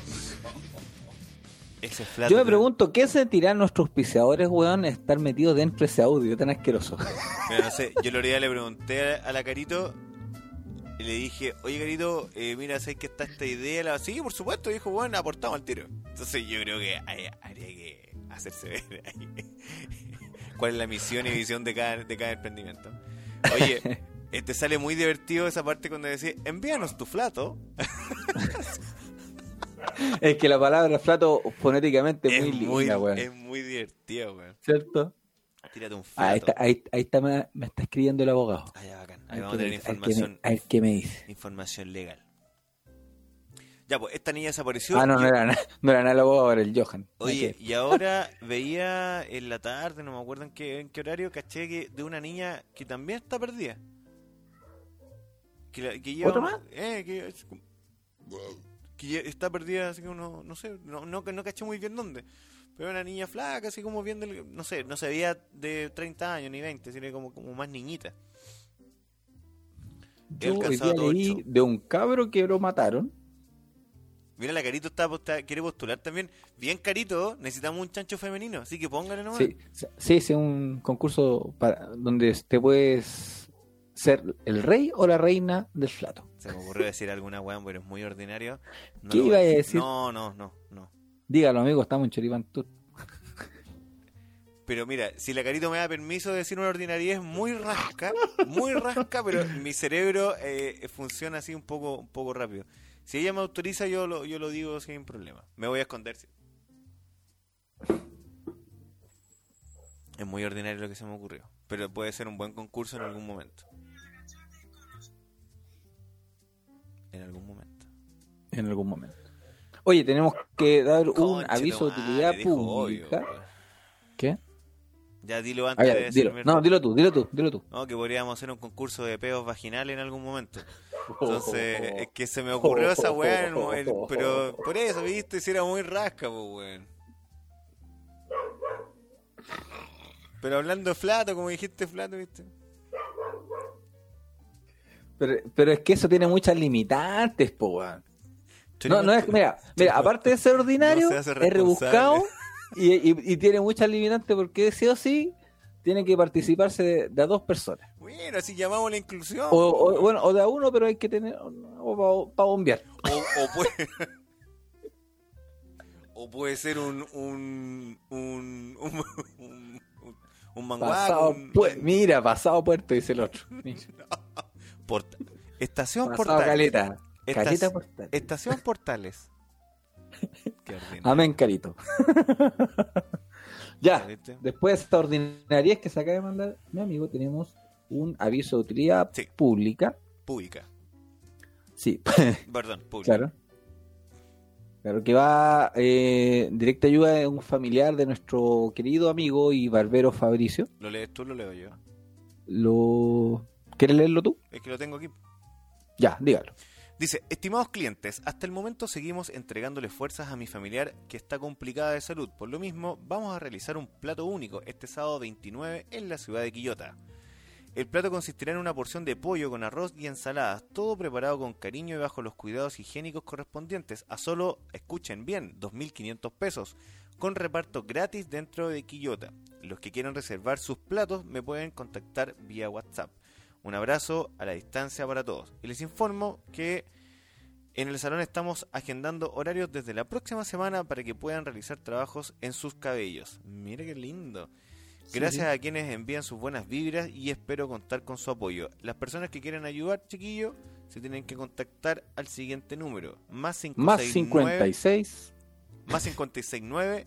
Ese flat Yo me pregunto, ¿qué sentirán nuestros auspiciadores, weón, estar metidos dentro de ese audio tan asqueroso? Mira, no sé, yo el otro día le pregunté a la Carito y le dije, oye Carito, eh, mira, ¿sabes que está esta idea? La... Sí, por supuesto, dijo, bueno, aportamos al tiro. Entonces yo creo que hay, habría que hacerse ver ahí cuál es la misión y visión de cada, de cada emprendimiento. Oye, este sale muy divertido esa parte cuando decía, envíanos tu flato. Es que la palabra flato fonéticamente es Es muy muy, linda, weón. es muy divertido, weón. ¿Cierto? Tírate un flato. Ahí está, ahí, ahí está me, me está escribiendo el abogado. Ah, ya, bacán. A Ahí ver vamos a qué tener me- a ver qué me- información, a ver qué me dice. información legal. Ya, pues, esta niña desapareció. Ah, no, Yo- no era, na- no era nada el abogado, era el Johan. Oye, Ok. y ahora veía en la tarde, no me acuerdo en qué, en qué horario, caché que de una niña que también está perdida. Que, la- que lleva, ¿Otro más? Eh, que, es como- que ya está perdida, así que uno, no sé, no, no, no caché muy bien dónde. Pero una niña flaca, así como viendo, el- no sé, no se veía de treinta años ni veinte, sino como, como más niñita. He Yo hoy alcanzado día todo el leí show. de un cabro que lo mataron. Mira, la Carito está, está- quiere postular también. Bien, Carito, necesitamos un chancho femenino, así que póngale nomás. Sí, sí, es un concurso para donde te puedes ser el rey o la reina del flato. Se me ocurrió decir alguna weón, pero es muy ordinario. No ¿Qué lo voy iba a decir? No, no, no, no. Dígalo, amigo, estamos en Choripán Tour. Pero mira, si la Carito me da permiso de decir una ordinariedad muy rasca, muy rasca, pero mi cerebro eh, funciona así un poco, un poco rápido. Si ella me autoriza, yo lo, yo lo digo sin problema. Me voy a esconder. sí. Es muy ordinario lo que se me ocurrió, pero puede ser un buen concurso en algún momento. En algún momento. En algún momento. Oye, tenemos que dar un Conche aviso de tu utilidad madre, dijo pública. obvio, weón. ¿Qué? Ya dilo Ah, antes ya, de dilo. decirme. No, dilo tú, dilo tú, dilo tú. No, que podríamos hacer un concurso de peos vaginales en algún momento. Entonces, es que se me ocurrió esa weá, en el- el- pero por eso, viste, si era muy rasca, pues weón. Pero hablando de flato, como dijiste flato, viste. Pero, pero es que eso tiene muchas limitantes, po, weón. No, no es, mira, mira, aparte de ser ordinario, No se hace es responsable. rebuscado y, y, y tiene muchas limitantes porque sí o sí tiene que participarse de, de a dos personas. Bueno, así llamamos la inclusión. O, o, bueno, o de a uno, pero hay que tener o para bombear. O, o puede... o puede ser un... un... un... un, un, un manguaco, Pasado, un- pu- mira, pasado puerto, dice el otro. Mira, Porta- Estación pasado Portales. caleta. Estas- Caleta portal. Estación Portales. Qué ordinario. Amén, carito. Ya, ¿Viste? después de esta ordinariedad que se acaba de mandar mi amigo, tenemos un aviso de utilidad Sí. pública. Pública. Sí, Perdón, pública. claro. Claro, que va eh, directa ayuda de un familiar de nuestro querido amigo y barbero Fabricio. ¿Lo lees tú o lo leo yo? Lo... ¿Quieres leerlo tú? Es que lo tengo aquí. Ya, dígalo. Dice, estimados clientes, hasta el momento seguimos entregándole fuerzas a mi familiar que está complicada de salud. Por lo mismo, vamos a realizar un plato único este sábado veintinueve en la ciudad de Quillota. El plato consistirá en una porción de pollo con arroz y ensaladas, todo preparado con cariño y bajo los cuidados higiénicos correspondientes, a solo, escuchen bien, dos mil quinientos pesos, con reparto gratis dentro de Quillota. Los que quieran reservar sus platos me pueden contactar vía WhatsApp. Un abrazo a la distancia para todos. Y les informo que en el salón estamos agendando horarios desde la próxima semana para que puedan realizar trabajos en sus cabellos. Mira qué lindo. Gracias Sí. a quienes envían sus buenas vibras y espero contar con su apoyo. Las personas que quieran ayudar, chiquillos, se tienen que contactar al siguiente número. Más Más cincuenta y seis. Más cincuenta y seis nueve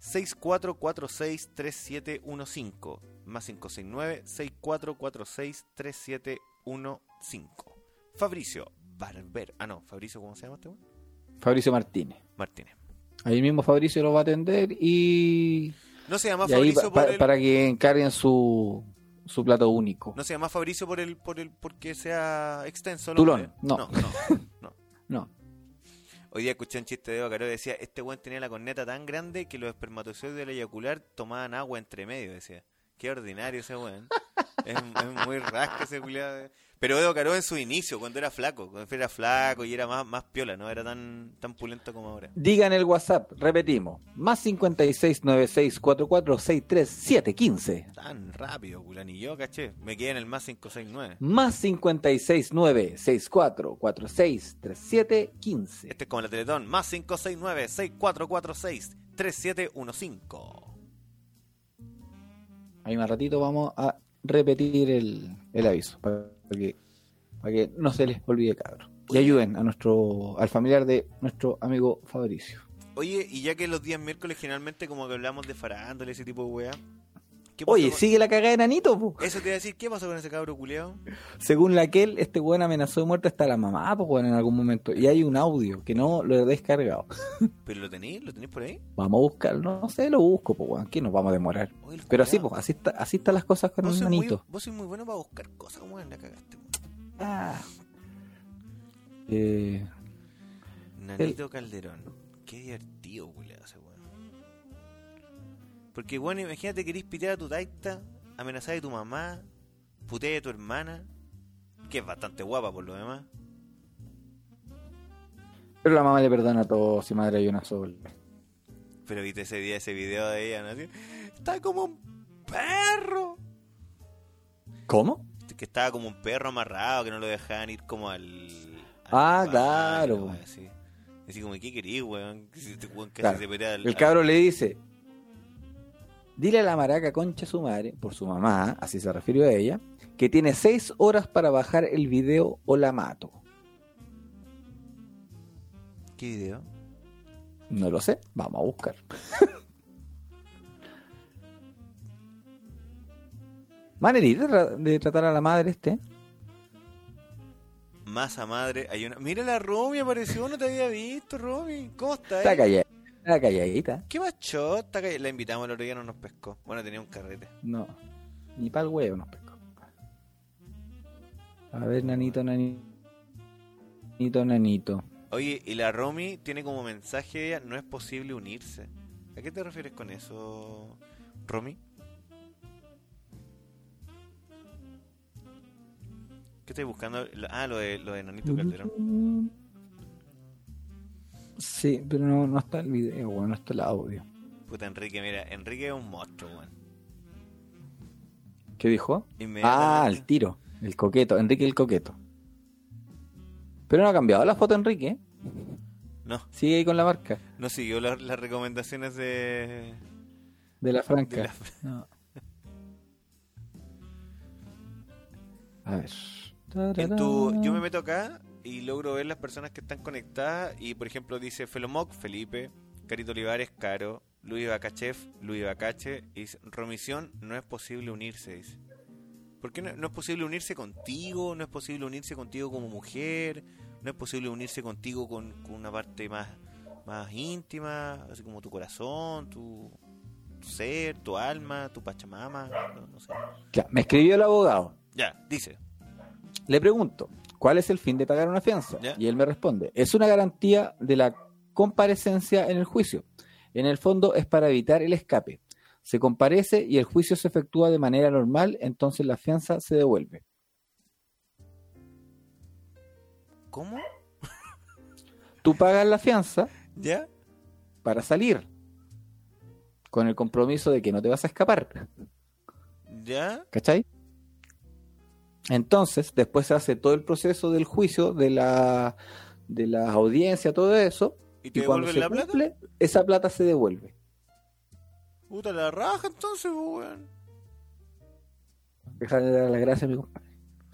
seis cuatro cuatro seis, tres siete uno cinco. Más cinco seis nueve, seis cuatro cuatro seis, tres siete uno cinco. Fabricio Barber. Ah, no, Fabricio, ¿cómo se llama este güey? Fabricio Martínez. Martínez. Ahí mismo Fabricio lo va a atender y, No se llama y ahí Fabricio pa- por pa- el... para que encarguen su, su plato único. No se llama Fabricio por el, por el, porque sea extenso. el Tulón, hombre. no. No, no, no. No. Hoy día escuché un chiste de Eva Caro, decía, este weón tenía la corneta tan grande que los espermatozoides del eyacular tomaban agua entre medio, decía. Qué ordinario ese weón. es, es muy rasca ese culiado. Pero Eva Caro en su inicio, cuando era flaco, cuando era flaco y era más, más piola, no era tan, tan pulento como ahora. Digan el WhatsApp, repetimos. Más cincuenta y seis noventa y seis cuarenta y cuatro sesenta y tres setecientos quince. Tan rápido, culan, y yo, caché. Me quedé en el más cinco seis nueve. Más cincuenta y seis nueve sesenta y cuatro cuarenta y seis treinta y siete quince. Este es como la Teletón, más cinco seis nueve, seis cuatro cuatro seis, tres siete uno cinco. Ahí más ratito vamos a repetir el, el aviso para que, para que no se les olvide, cabrón. Y ayuden a nuestro al familiar de nuestro amigo Fabricio. Oye, y ya que los días miércoles generalmente como que hablamos de farándula, ese tipo de weá. ¿Qué pasó Oye, con- sigue la cagada de Nanito, po. Eso te iba a decir, ¿qué pasó con ese cabro culeado? Según la que él, este weón amenazó de muerte hasta la mamá, pues weón, en algún momento. Y hay un audio que no lo he descargado. ¿Pero lo tenéis? ¿Lo tenéis por ahí? Vamos a buscarlo, no sé, lo busco, pues weón, que nos vamos a demorar. Oye, el Pero así, culiao. pues, así está, así están las cosas con Vos el sois muy, Nanito. vos sois muy bueno para buscar cosas, weón, la cagaste, weón. Ah. Eh, Nanito Calderón. Qué divertido, culeado, ese weón. Porque, bueno, imagínate, querís pitear a tu taita, amenazar a tu mamá, putear a tu hermana, que es bastante guapa por lo demás. pero la mamá le perdona todo si madre hay una sola. Pero viste ese día, ese video de ella, ¿no? Así, está como un perro. ¿Cómo? Que estaba como un perro amarrado, que no lo dejaban ir como al... al Ah, baño, claro. weón, Así. Así como, ¿qué querís, weón? Que si este weón casi Claro. se pelea al- El cabro le dice: dile a la maraca concha su madre, por su mamá, así se refirió a ella, que tiene seis horas para bajar el video o la mato. ¿Qué video? No lo sé, vamos a buscar. Manerita de, tra- de tratar a la madre este. Masa madre, hay una... Mira la Romy, apareció, no te había visto, Romy. ¿Cómo estás? Está calladita. Está calladita. ¿Qué macho? Está call- La invitamos el otro día, no nos pescó. Bueno, tenía un carrete. No, ni pa'l huevo nos pescó. A ver, nanito, nanito. Nanito, nanito. Oye, y la Romy tiene como mensaje ella, no es posible unirse. ¿A qué te refieres con eso, Romy? ¿Qué estás buscando? Ah, lo de, lo de Nanito Calderón. Sí, pero no, no está el video, bueno, no está el audio. Puta, Enrique, mira, Enrique es un monstruo, weón. ¿Qué dijo? Ah, Inmediatamente- el tiro, el coqueto, Enrique el coqueto. Pero no ha cambiado la foto, Enrique, ¿eh? No, Sigue ahí con la marca no siguió la- las recomendaciones de... de la franca. de la- No. A ver. En tu, yo me meto acá y logro ver las personas que están conectadas y, por ejemplo, dice Felomoc, Felipe, Carito Olivares, Caro, Luis Bacachef, Luis Bacache, y dice, Romisión, no es posible unirse, dice. ¿Por qué no, no es posible unirse contigo? ¿No es posible unirse contigo como mujer? ¿No es posible unirse contigo con, con una parte más, más íntima, así como tu corazón, tu, tu ser, tu alma, tu pachamama? No, no sé. Ya, me escribió el abogado. Ya, dice. Le pregunto, ¿cuál es el fin de pagar una fianza? ¿Ya? Y él me responde, es una garantía de la comparecencia en el juicio. En el fondo es para evitar el escape. Se comparece y el juicio se efectúa de manera normal, entonces la fianza se devuelve. ¿Cómo? Tú pagas la fianza ¿Ya? para salir, con el compromiso de que no te vas a escapar. ¿Ya? ¿Cachai? Entonces, después se hace todo el proceso del juicio, de la, de la audiencia, todo eso. ¿Y te Y cuando devuelven se la plata? cumple, esa plata se devuelve. Puta la raja entonces, pues, weón. Deja de dar las gracias, mi compadre.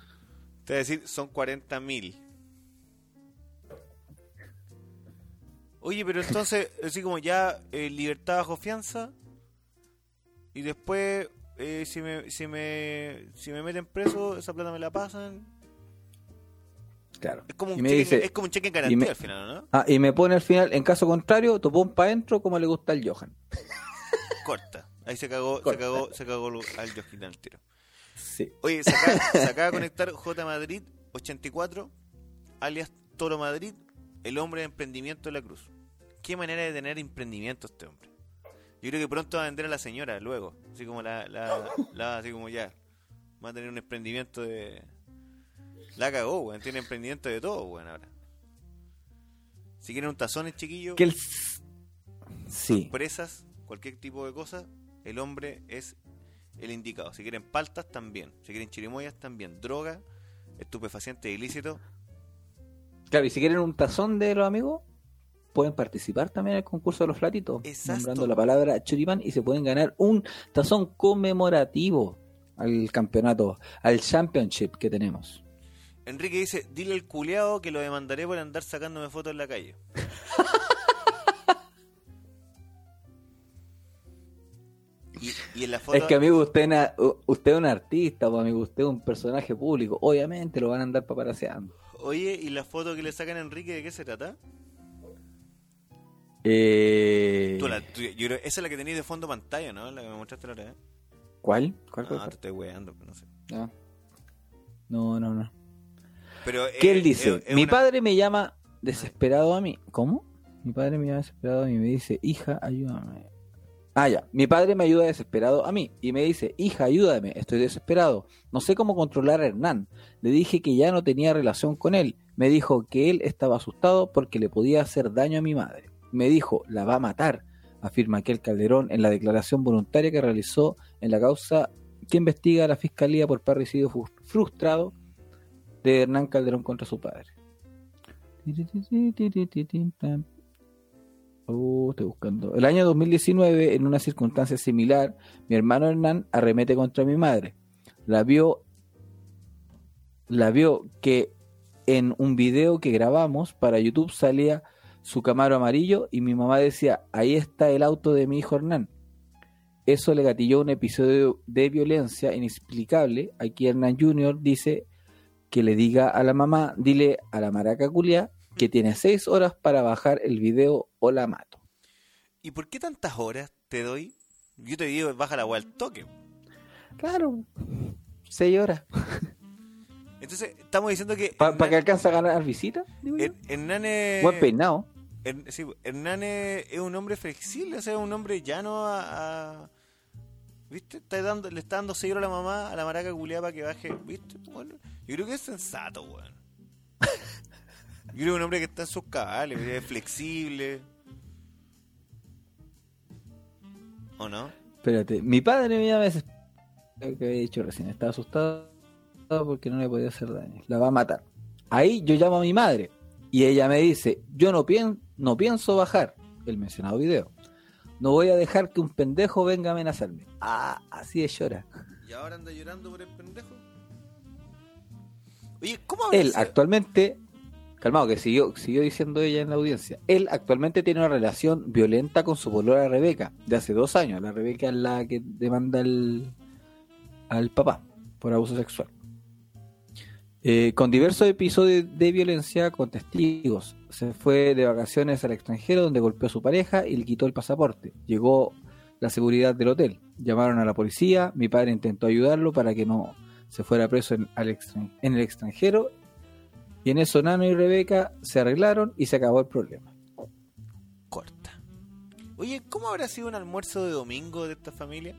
Te voy a decir, son cuarenta mil. Oye, pero entonces, así como ya eh, libertad bajo fianza, y después, eh, si me si me si me meten preso, esa plata me la pasan. Claro. Es como un, Y me cheque, dice- es como un cheque en y garantía me- al final, ¿no? Ah, y me pone al final, en caso contrario, topón para adentro como le gusta al Johan. Corta. Ahí se cagó, se Corta. cagó, se cagó al Josquita al tiro. Sí. Oye, se acaba, se acaba de conectar J Madrid ochenta y cuatro, alias Toro Madrid, el hombre de emprendimiento de la Cruz. Qué manera de tener emprendimiento este hombre. Yo creo que pronto va a vender a la señora luego, así como la, la, la así como ya, va a tener un emprendimiento de, la cagó, weón, tiene emprendimiento de todo, weón, ahora. Si quieren un tazón, chiquillo, Que el... Sí. empresas, cualquier tipo de cosa, el hombre es el indicado. Si quieren paltas, también. Si quieren chirimoyas, también. Droga, estupefacientes ilícitos. Claro, y si quieren un tazón de los amigos, pueden participar también en el concurso de los flatitos, Exacto. nombrando la palabra choripán, y se pueden ganar un tazón conmemorativo al campeonato, al championship que tenemos. Enrique dice, dile al culeado que lo demandaré por andar sacándome fotos en la calle. y, y en la foto... Es que, amigo, usted, na- usted es un artista, pues, amigo, usted es un personaje público. Obviamente lo van a andar paparaseando. Oye, ¿y la foto que le sacan a Enrique de qué se trata? Eh... Tú la, tú- yo creo- esa es la que tenéis de fondo pantalla, ¿no? La que me mostraste la otra vez. ¿Cuál? ¿Cuál, cuál, Ah, cuál? te estoy weando, pero no sé. No. no, no, no. Pero, ¿Qué eh, él dice? es- es Mi una- padre me llama desesperado a mí. ¿Cómo? Mi padre me llama desesperado a mí y me dice, hija, ayúdame. Ah, ya. Mi padre me ayuda desesperado a mí y me dice, hija, ayúdame, estoy desesperado. No sé cómo controlar a Hernán. Le dije que ya no tenía relación con él. Me dijo que él estaba asustado porque le podía hacer daño a mi madre. Me dijo, la va a matar, afirma aquel Calderón en la declaración voluntaria que realizó en la causa que investiga a la Fiscalía por parricidio fu- frustrado de Hernán Calderón contra su padre. Oh, estoy buscando. El año dos mil diecinueve, en una circunstancia similar, mi hermano Hernán arremete contra mi madre. La vio, la vio que en un video que grabamos para YouTube salía su Camaro amarillo y mi mamá decía, ahí está el auto de mi hijo Hernán. Eso le gatilló un episodio de violencia inexplicable. Aquí Hernán junior dice que le diga a la mamá, dile a la maraca culia que tiene seis horas para bajar el video o la mato. ¿Y por qué tantas horas te doy? Yo te digo, baja la weá al toque. Claro, seis horas. Entonces, estamos diciendo que... ¿Para Hernán- que alcance a ganar visita? digo yo. Her- Hernán es... Buen peinado. Her- sí, Hernán es, es un hombre flexible, o sea, es un hombre llano a... a- ¿Viste? Está dando, le está dando seis horas a la mamá, a la maraca culiada para que baje. ¿Viste? Bueno, yo creo que es sensato, weón. Yo creo que es un hombre que está en sus cabales, es flexible. ¿O no? Espérate, mi padre me llama ese... Lo que había dicho recién, estaba asustado porque no le podía hacer daño. La va a matar. Ahí yo llamo a mi madre y ella me dice, yo no, pien no pienso bajar el mencionado video. No voy a dejar que un pendejo venga a amenazarme. Ah, así es llora. ¿Y ahora anda llorando por el pendejo? Oye, ¿cómo habrá Él sido? actualmente, calmado, que siguió, siguió diciendo ella en la audiencia, él actualmente tiene una relación violenta con su polola Rebeca, de hace dos años. La Rebeca es la que demanda al, al papá por abuso sexual. Eh, con diversos episodios de violencia con testigos. Se fue de vacaciones al extranjero donde golpeó a su pareja y le quitó el pasaporte. Llegó la seguridad del hotel. Llamaron a la policía. Mi padre intentó ayudarlo para que no se fuera preso en, al extran- en el extranjero. Y en eso Nano y Rebeca se arreglaron y se acabó el problema. Corta. Oye, ¿cómo habrá sido un almuerzo de domingo de esta familia?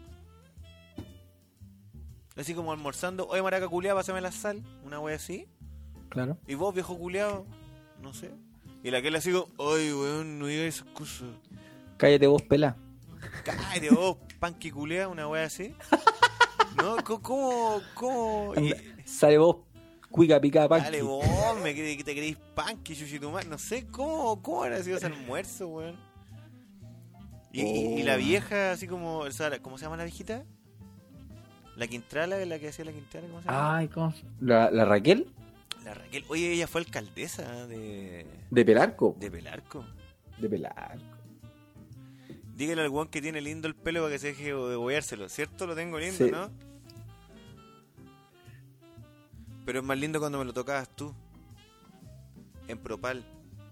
Así como almorzando, oye maraca culiada, pásame la sal, una wea así. Claro. Y vos, viejo culiado, no sé. Y la que le así como, ay weón, no digas esas cosas. Cállate vos, pelá. Cállate vos, panqui culiada, una wea así. ¿No? ¿Cómo? ¿Cómo? cómo? Y- Sale vos, cuica picada panqui. dale vos, me cre- que te queréis panqui, chuchitumar. No sé, ¿cómo, cómo habrá sido ese almuerzo, weón? Y, y- y la Oh. vieja, así como, o sea, ¿cómo se llama la viejita? La Quintrala, la que hacía la Quintrala, ¿cómo se llama? Ay, ¿cómo se- ¿La, la Raquel? La Raquel. Oye, ella fue alcaldesa de, De Pelarco. de Pelarco. De pelar. Dígale al weón que tiene lindo el pelo para que se deje de bobeárselo, ¿cierto? Lo tengo lindo, Sí. ¿no? Pero es más lindo cuando me lo tocabas tú. En propal,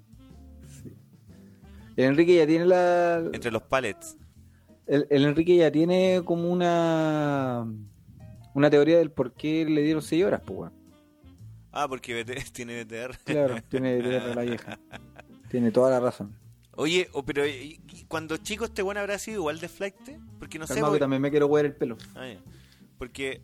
El Enrique ya tiene la... entre los pallets. El, el Enrique ya tiene como una... Una teoría del por qué le dieron seis horas, pues, weón. Ah, porque B T tiene B T R. Claro, tiene B T R la vieja. Tiene toda la razón. Oye, oh, pero ¿y- y cuando chico este weón habrá sido igual de flight? Porque no sé, Calmado, que porque... también me quiero huear el pelo. Ah, ya. Porque...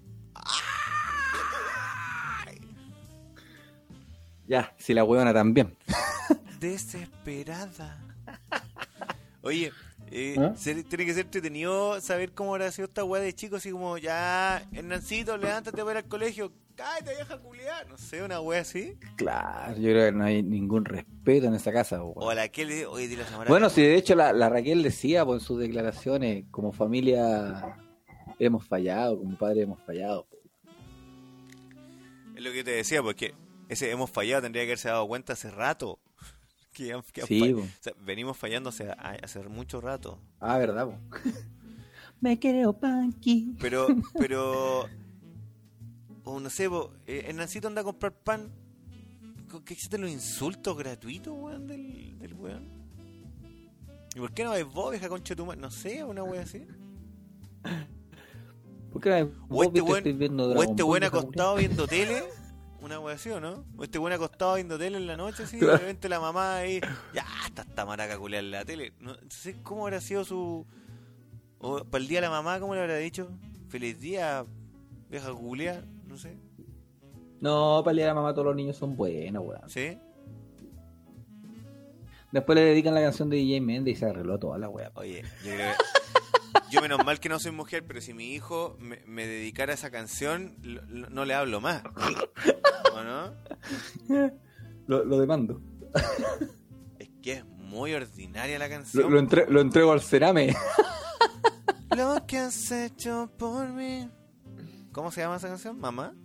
Ya, si la huevona también. Desesperada. Oye, eh, ¿Ah? se- tiene que ser entretenido saber cómo habrá sido esta weá de chico, así como, ya, Hernancito, levántate para ir al colegio, cállate, vieja culiada, no sé, una weá así. Claro, yo creo que no hay ningún respeto en esa casa, po, O weón. a la que le oye, dile a Samara. Bueno, si de hecho la, la Raquel decía pues, en sus declaraciones, como familia hemos fallado, como padre hemos fallado. Po. Es lo que yo te decía, porque ese hemos fallado tendría que haberse dado cuenta hace rato. Que han- que han Sí, fall- po. o sea, venimos fallando hace, hace mucho rato. Ah, ¿verdad? Po? Me creo panqui. Pero, pero, o no sé, po, eh, Hernancito anda a comprar pan. ¿Con qué existen los insultos gratuitos, weón, del, del weón? ¿Y por qué no vais vos, vieja concha de tu madre? No sé, una wea así. ¿Por qué no? O Vos este viste, weón, estoy viendo o Dragon este Ball, weón vieja acostado viendo tele. Una wea así, ¿o no? O este weón acostado viendo tele en la noche, así, y Claro. de repente la mamá ahí, ya, está esta maraca culiada en la tele. No sé cómo habrá sido su... O para el día de la mamá, ¿cómo le habrá dicho? Feliz día, vieja culiada, no sé. culiá. No, para el día de la mamá todos los niños son buenos, weón. ¿Sí? Después le dedican la canción de D J Méndez y se arregló toda la weá. Oye, yo creo que... Yo menos mal que no soy mujer, pero si mi hijo me, me dedicara a esa canción, lo- lo- no le hablo más. ¿O no? Lo, lo demando. Es que es muy ordinaria la Lo, canción. lo, entre- lo entrego al cerame. Lo que has hecho por mí. ¿Cómo se llama esa canción? ¿Mamá?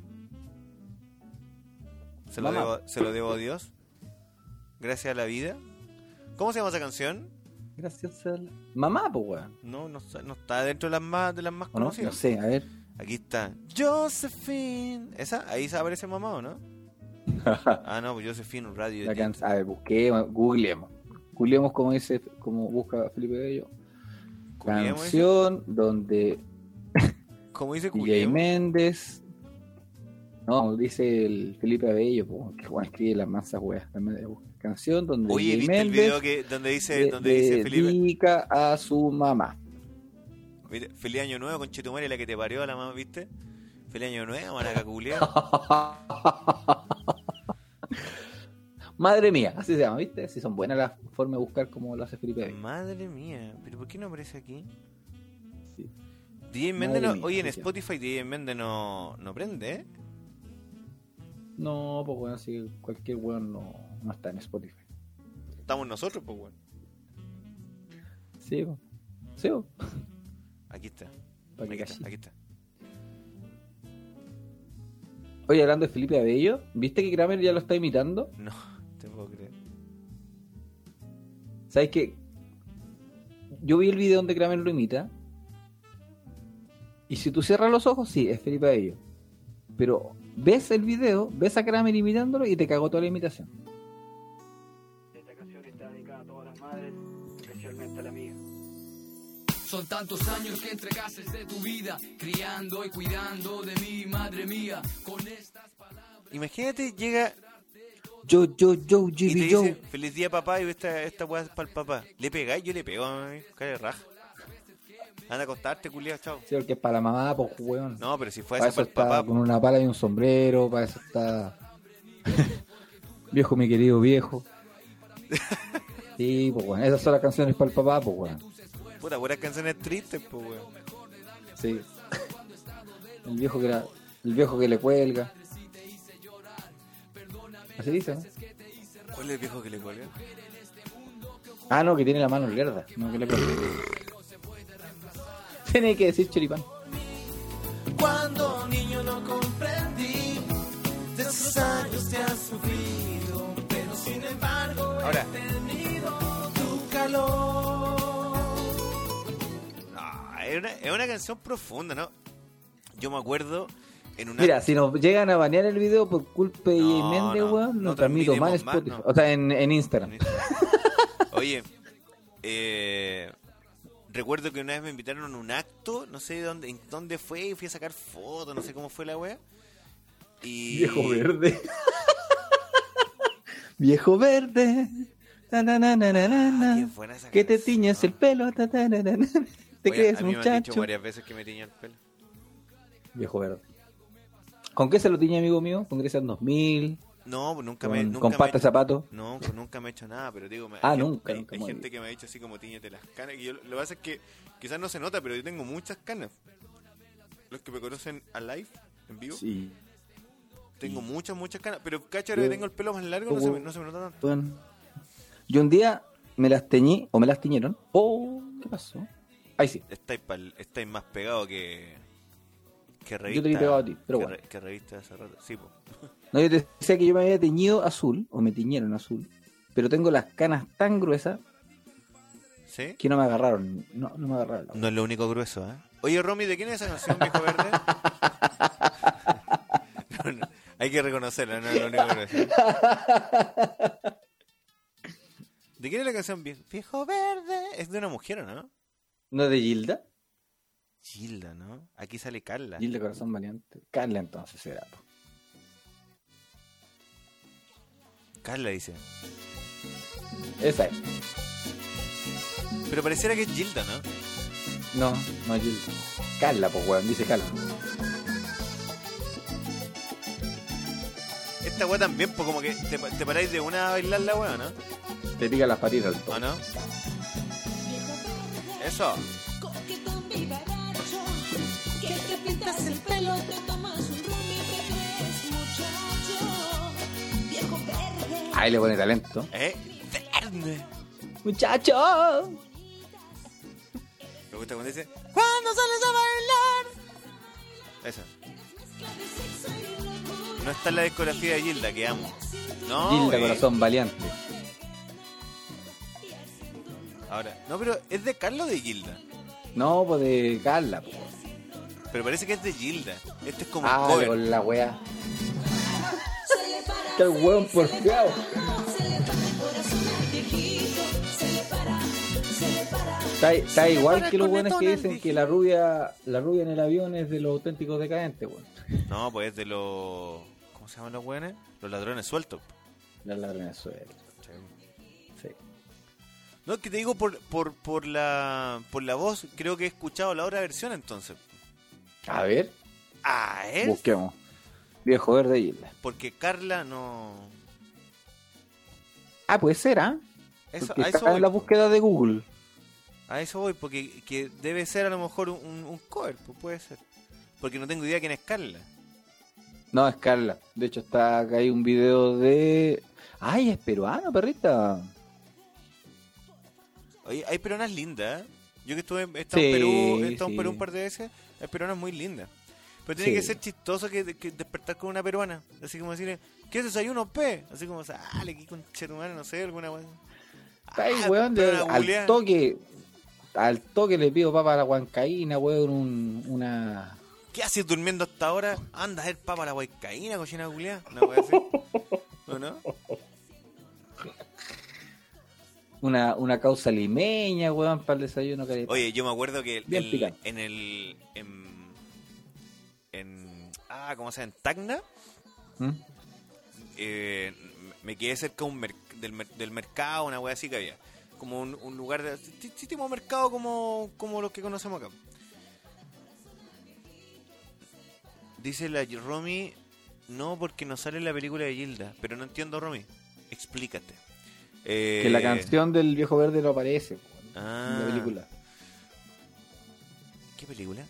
¿Se lo, Mamá. debo, ¿Se lo debo a Dios? ¿Gracias a la vida? ¿Cómo se llama esa canción? Gracias a la... Mamá, pues, weón. No, no, sa- no está dentro de las más, de las más ¿O no? conocidas. No sé, a ver. Aquí está. Josephine. ¿Esa? ¿Ahí se aparece mamá o no? Ah, no, pues Josephine, un radio. La de can... A ver, busquemos, googleemos. Googleemos como dice, como busca Felipe Bello. Culiemos, Canción donde ¿Cómo dice D J Culiemo? Méndez. No, dice el Felipe Abello, po, que Juan escribe las mansas weas. Canción donde Oye, D J ¿viste el Méndez video que, donde dice, de- donde dice de- Felipe? dedica a su mamá. ¿Viste? Feliz año nuevo con Chetumare, la que te parió a la mamá, ¿viste? Feliz año nuevo, maraca culiao. Madre mía, así se llama, ¿viste? Si son buenas las formas de buscar como lo hace Felipe Abello. Madre mía, ¿pero por qué no aparece aquí? Sí. D J Méndez no, mía, oye, en así se Spotify D J Méndez no, no prende, ¿eh? No, pues bueno, así que cualquier weón no, no está en Spotify. Estamos nosotros, pues, weón. Sí, po. Sí, po. Aquí está. Pa' que Aquí está, cachi. aquí está. Oye, hablando de Felipe Abello, ¿viste que Kramer ya lo está imitando? No, te puedo creer. ¿Sabes qué? Yo vi el video donde Kramer lo imita. Y si tú cierras los ojos, sí, es Felipe Abello. Pero ves el video, ves a Kramer imitándolo y te cagó toda la imitación. Esta canción está dedicada a todas las madres, especialmente a la mía. Son tantos años que entregaste de tu vida, criando y cuidando de mí, madre mía, con estas palabras. Imagínate, llega Yo, yo, yo, y te Jimmy, yo. dice, feliz día papá, y esta, esta weá es para el papá. ¿Le pegáis? Yo le pego, mami. Cara de raja. Anda a acostarte, culiao, chao. Sí, porque es para la mamá, pues, weón. No, pero si fue Para eso eso para el está papá, con una pala y un sombrero, para eso está... Viejo, mi querido viejo. Sí, pues, weón. Esas son las canciones para el papá, pues, weón. puta, buenas canciones tristes, pues, weón. Sí. El viejo que la... el viejo que le cuelga. Así dice, ¿no? ¿Cuál es el viejo que le cuelga? Ah, no, que tiene la mano lerda. No, que le cuelga. Tiene que decir choripán. Cuando niño no comprendí de esos años te has sufrido, pero sin embargo Ahora. he tenido tu es una, es una canción profunda, ¿no? Yo me acuerdo en una... Mira, si nos llegan a banear el video por culpa de No, Méndez, no, weón, no lo transmito más en transmitimos más, Spotify. no. O sea, en, en Instagram. Oye, eh, recuerdo que una vez me invitaron a un acto, no sé dónde, en dónde fue, y fui a sacar fotos, no sé cómo fue la wea. Y... Viejo verde. Viejo verde. Ta, na, na, na, na, na, Ah, qué na. buena esa Que te canción. tiñes el pelo. Ta, ta, na, na, na. Te Oye, crees a mí me han dicho muchacho. varias veces que me tiña el pelo. Viejo verde. ¿Con qué se lo tiñe, amigo mío? ¿Con Grecia dos mil? No, pues nunca ¿Con, me... Nunca con pasta de me... zapato? No, pues nunca me he hecho nada, pero digo... me- Ah, hay gente- nunca, Hay, nunca, hay muy gente bien. que me ha dicho así como tíñete las canas, que yo, lo que pasa es que quizás no se nota, pero yo tengo muchas canas. Los que me conocen a live, en vivo, Sí. tengo muchas, muchas canas, pero cacho, ahora que Yo- tengo el pelo más largo, no se, me- no se me nota tanto. Bueno. Yo un día me las teñí, o me las tiñeron. Oh, ¿qué pasó? Ahí sí. Estáis, pal- estáis más pegado que... que revista, Yo te vi pegado a ti, pero que, bueno. re- que revista de hace rato. Sí, po. No, yo te decía que yo me había teñido azul, o me tiñeron azul, pero tengo las canas tan gruesas ¿Sí? que no me agarraron. No, no me agarraron. No es lo único grueso, ¿eh? Oye, Romy, ¿de quién es esa canción, Viejo Verde? No, no, hay que reconocerla, no es lo único grueso. ¿De quién es la canción Vie- Viejo Verde? Es de una mujer, ¿o no? ¿No es de Gilda? Gilda, ¿no? Aquí sale Carla. Gilda Corazón Valiente. Carla entonces será. po. Carla dice. Esa es. Pero pareciera que es Gilda, ¿no? No, no es Gilda. Carla, pues weón, dice Carla. Esta weá también, pues como que te, te paráis de una a bailar la weá, ¿no? Te pica las patitas. al ¿O toque. no? Eso. Que te pintas el pelo, te tomas un rum y te crees muchacho. Viejo verde. Ahí le pone talento. ¿Eh? Verde. ¡Muchacho! Me gusta cuando dice ¿cuándo sales a bailar? Eso. No está en la discografía de Gilda, que amo. No, Gilda güey. Corazón Valiente. Ahora, no, pero ¿es de Carlos o de Gilda? No, pues de Carla, pues. Pero parece que es de Gilda. Este es como Ah, un cover. con la wea. ¡Qué weón porfiado! Está, está igual que los buenos que dicen que la rubia la rubia en el avión es de los auténticos decadentes, weón. No, pues es de los... ¿Cómo se llaman los güeyes? Los ladrones sueltos. Las ladrones sueltas. Sí. No, que te digo por, por, por, la, por la voz, creo que he escuchado la otra versión entonces. A ver, Ah, ¿eh? busquemos. Viejo Verde Gilda. Porque Carla no... Ah, puede ser, ¿ah? Eso, Porque a eso está voy. en la búsqueda de Google. A eso voy, porque que debe ser a lo mejor un, un cover, pues puede ser. Porque no tengo idea quién es Carla. No, es Carla. De hecho, está acá hay un video de... ¡Ay, es peruano, perrita! Oye, hay peruanas lindas, ¿eh? Yo que estuve, he estado Sí, en Perú, he estado sí. en Perú un par de veces, hay peruanas muy lindas. Pero tiene Sí. que ser chistoso que, que despertar con una peruana. Así como decirle, ¿qué desayuno, pe? Así como, sale aquí con chetumare, no sé, alguna weá. Está ahí, Ah, weón, de- peruana al culiá. toque... Al toque le pido papa a la huancaína, weón, un, una... ¿Qué haces durmiendo hasta ahora? Anda a ver papa a la huaycaína, cochina culiá. Una weá así. ¿O no? Una, una causa limeña, weón, para el desayuno. Careta. Oye, yo me acuerdo que Bien el- picante. en el... En, en... Ah, ¿cómo se llama? En Tacna. ¿Mm? eh, me quedé cerca de un mer- del, mer- del mercado, una wea así que había. Como un, un lugar de... sí, sí, tipo mercado como, como los que conocemos acá. Dice la Romy, no porque no sale en la película de Gilda. Pero no entiendo, Romy. Explícate. Eh, Que la canción del Viejo Verde no aparece, weón, Ah. en la película. ¿Qué película?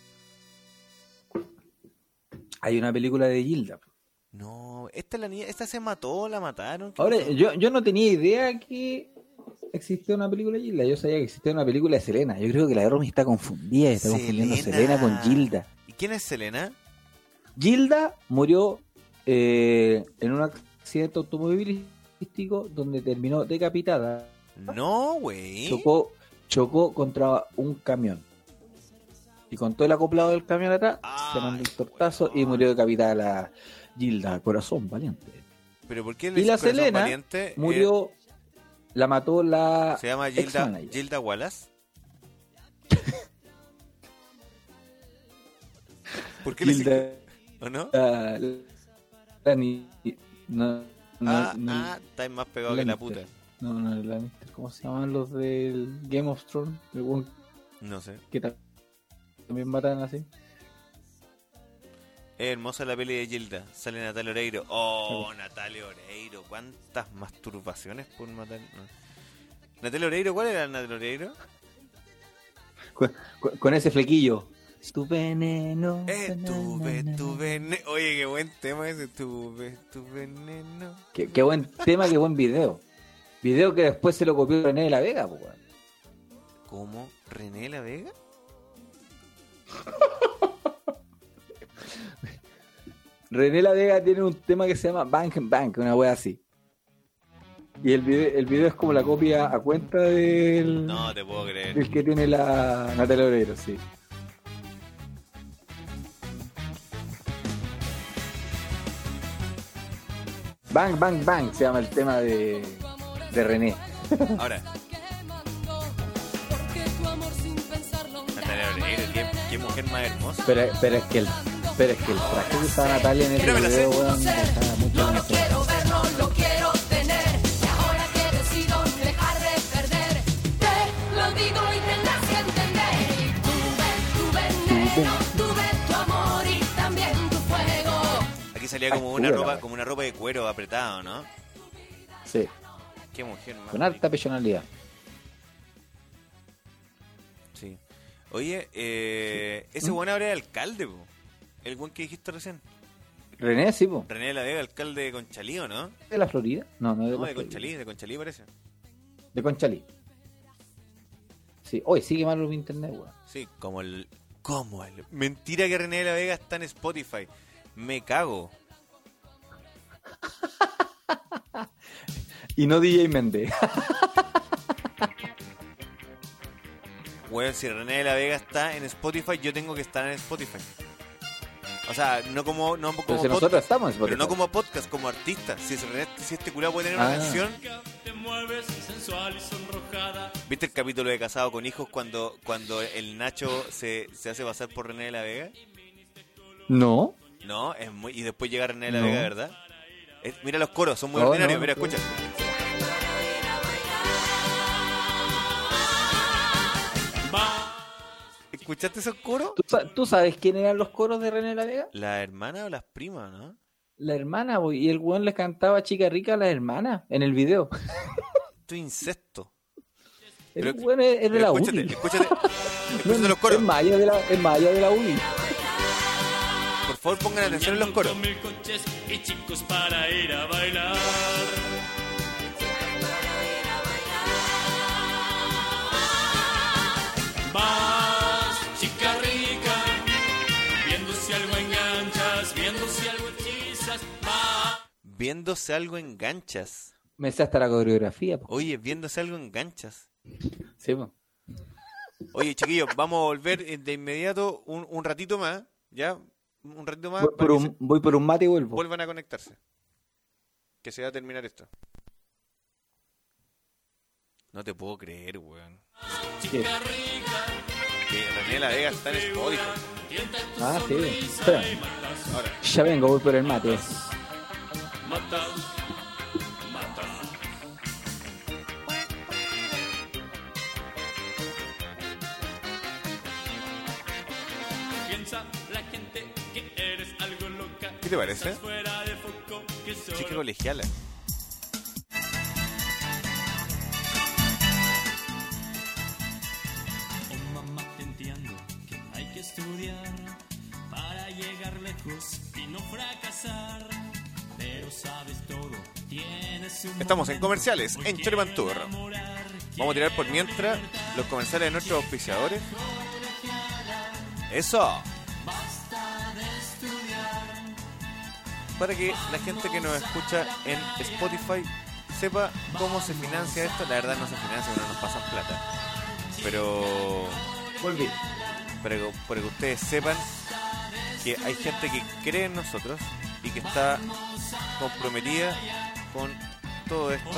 Hay una película de Gilda. No, esta la niña, esta se mató, la mataron. ¿qué Ahora, pasó? yo, yo no tenía idea que existía una película de Gilda. Yo sabía que existía una película de Selena. Yo creo que la Romy está confundida. Está confundiendo Selena con Gilda. ¿Y quién es Selena? Gilda murió eh, en un accidente automovilístico donde terminó decapitada. No, güey. Chocó, chocó contra un camión. Y con todo el acoplado del camión atrás, Ay, se mandó el tortazo y weón. murió decapitada la Gilda Corazón Valiente. Pero ¿por qué Y la Corazón Selena Valiente, murió, la mató la eh, se llama ex Gilda, manager. Gilda Wallace? ¿Por qué le Gilda, hiciste? ¿O no? la, la ni- no, no, ah, no, ah, estáis más pegado que la puta. no, no, la Lannister, ¿cómo se llaman los del Game of Thrones? El weón No sé. que ta- también matan así. Es hermosa la peli de Gilda. Sale Natalia Oreiro. Oh, Natalia Oreiro. ¿Cuántas masturbaciones por matar? No. Natalia Oreiro, ¿cuál era Natalia Oreiro? Con, con- con ese flequillo. Tu veneno. Eh, tuve, na, na, na. tu veneno. Oye, qué buen tema ese. Tuve, tu veneno. Qué, qué buen tema, qué buen video. Video que después se lo copió René de la Vega, pues, weón. ¿Cómo? ¿René La Vega? René La Vega tiene un tema que se llama Bank and Bank, una wea así. Y el video, el video es como la copia a cuenta del, No te puedo creer. del que tiene la Natalia Oreiro, sí. Bang, bang, bang se llama el tema de, de René. Ahora, Natalia Oreiro, qué, qué mujer más hermosa. Pero, pero es que el, pero es que el traje que usaba Natalia en ese Mira, me la sé. video, weón, estaba mucho No lo mejor. quiero ver, no lo quiero tener. Y ahora que decido dejar de perder, te lo digo y tendrás que entender. Y tuve tu veneno, tuve tu amor y también tu fuego. Aquí salía como una Ay, ropa, la- como una ropa de cuero apretado, ¿no? Sí, Qué mujer más. con harta personalidad. Sí. Oye, eh, ese buen ahora es alcalde, po. El buen que dijiste recién. René, sí, po. René de la Vega, alcalde de Conchalí, ¿o no? ¿De la Florida? No, no es de No, la de Florida. Conchalí, de Conchalí parece. De Conchalí. Sí, hoy sigue malo mi internet, weón. Sí, como el... Como el... Mentira que René de la Vega está en Spotify. Me cago. Y no D J Méndez. Weón, si René de la Vega está en Spotify, yo tengo que estar en Spotify. O sea, no como, no como Pero si podcast, nosotros estamos en pero Spotify. no como podcast, como artista. Si, ese René- si este curado puede tener una Ah. canción... ¿Viste el capítulo de Casado con Hijos cuando, cuando el Nacho se, se hace pasar por René de la Vega? No. No, es muy... Y después llega René de la No. Vega, ¿verdad? Es- mira los coros, son muy No, ordinarios. no, Mira, no. escucha. ¿Escuchaste esos coros? ¿Tú, sa- tú sabes quién eran los coros de René La Vega? ¿La hermana o las primas, no? La hermana, boy. Y el weón le cantaba Chica Rica a la hermana en el video. Esto es incesto. El Pero- weón es, es de Pero la escúchate, uni. escúchate, No, escúchate los coros. Es maya de la, es maya de la uni. Por favor, pongan atención en los coros. Mil coches y chicos para ir a bailar. Vas, chica rica, viendo si algo enganchas, viendo si algo hechizas. Vas. Viéndose algo en ganchas. Me sé hasta la coreografía, po. Oye, viéndose algo en ganchas. Sí, po. Oye, chiquillos, vamos a volver eh, de inmediato un, un ratito más, ¿ya? Un ratito más Voy para por, que un, voy por un mate y se- vuelvo. vuelvan a conectarse. Que se va a terminar esto. No te puedo creer, weón. Sí. Que René La Vega está en Spotify. Ah, sí. Espera. Ahora, Ya vengo, voy por el mate. Matas, matas. Piensa la gente que eres algo loca. ¿qué te parece? Fuera de foco, que solo Chica colegiala. Oh mamá, te entiendo que hay que estudiar para llegar lejos y no fracasar. Pero sabes todo, tienes un Estamos en momento, comerciales, hoy en quiero Choripan Tour. enamorar, Vamos a tirar por mientras los comerciales de nuestros auspiciadores. ¡Eso! Para que la gente que nos escucha en Spotify sepa cómo se financia esto. La verdad no se financia, no nos pasan plata. Pero Volví. para que, para que ustedes sepan que hay gente que cree en nosotros y que está comprometida con todo esto.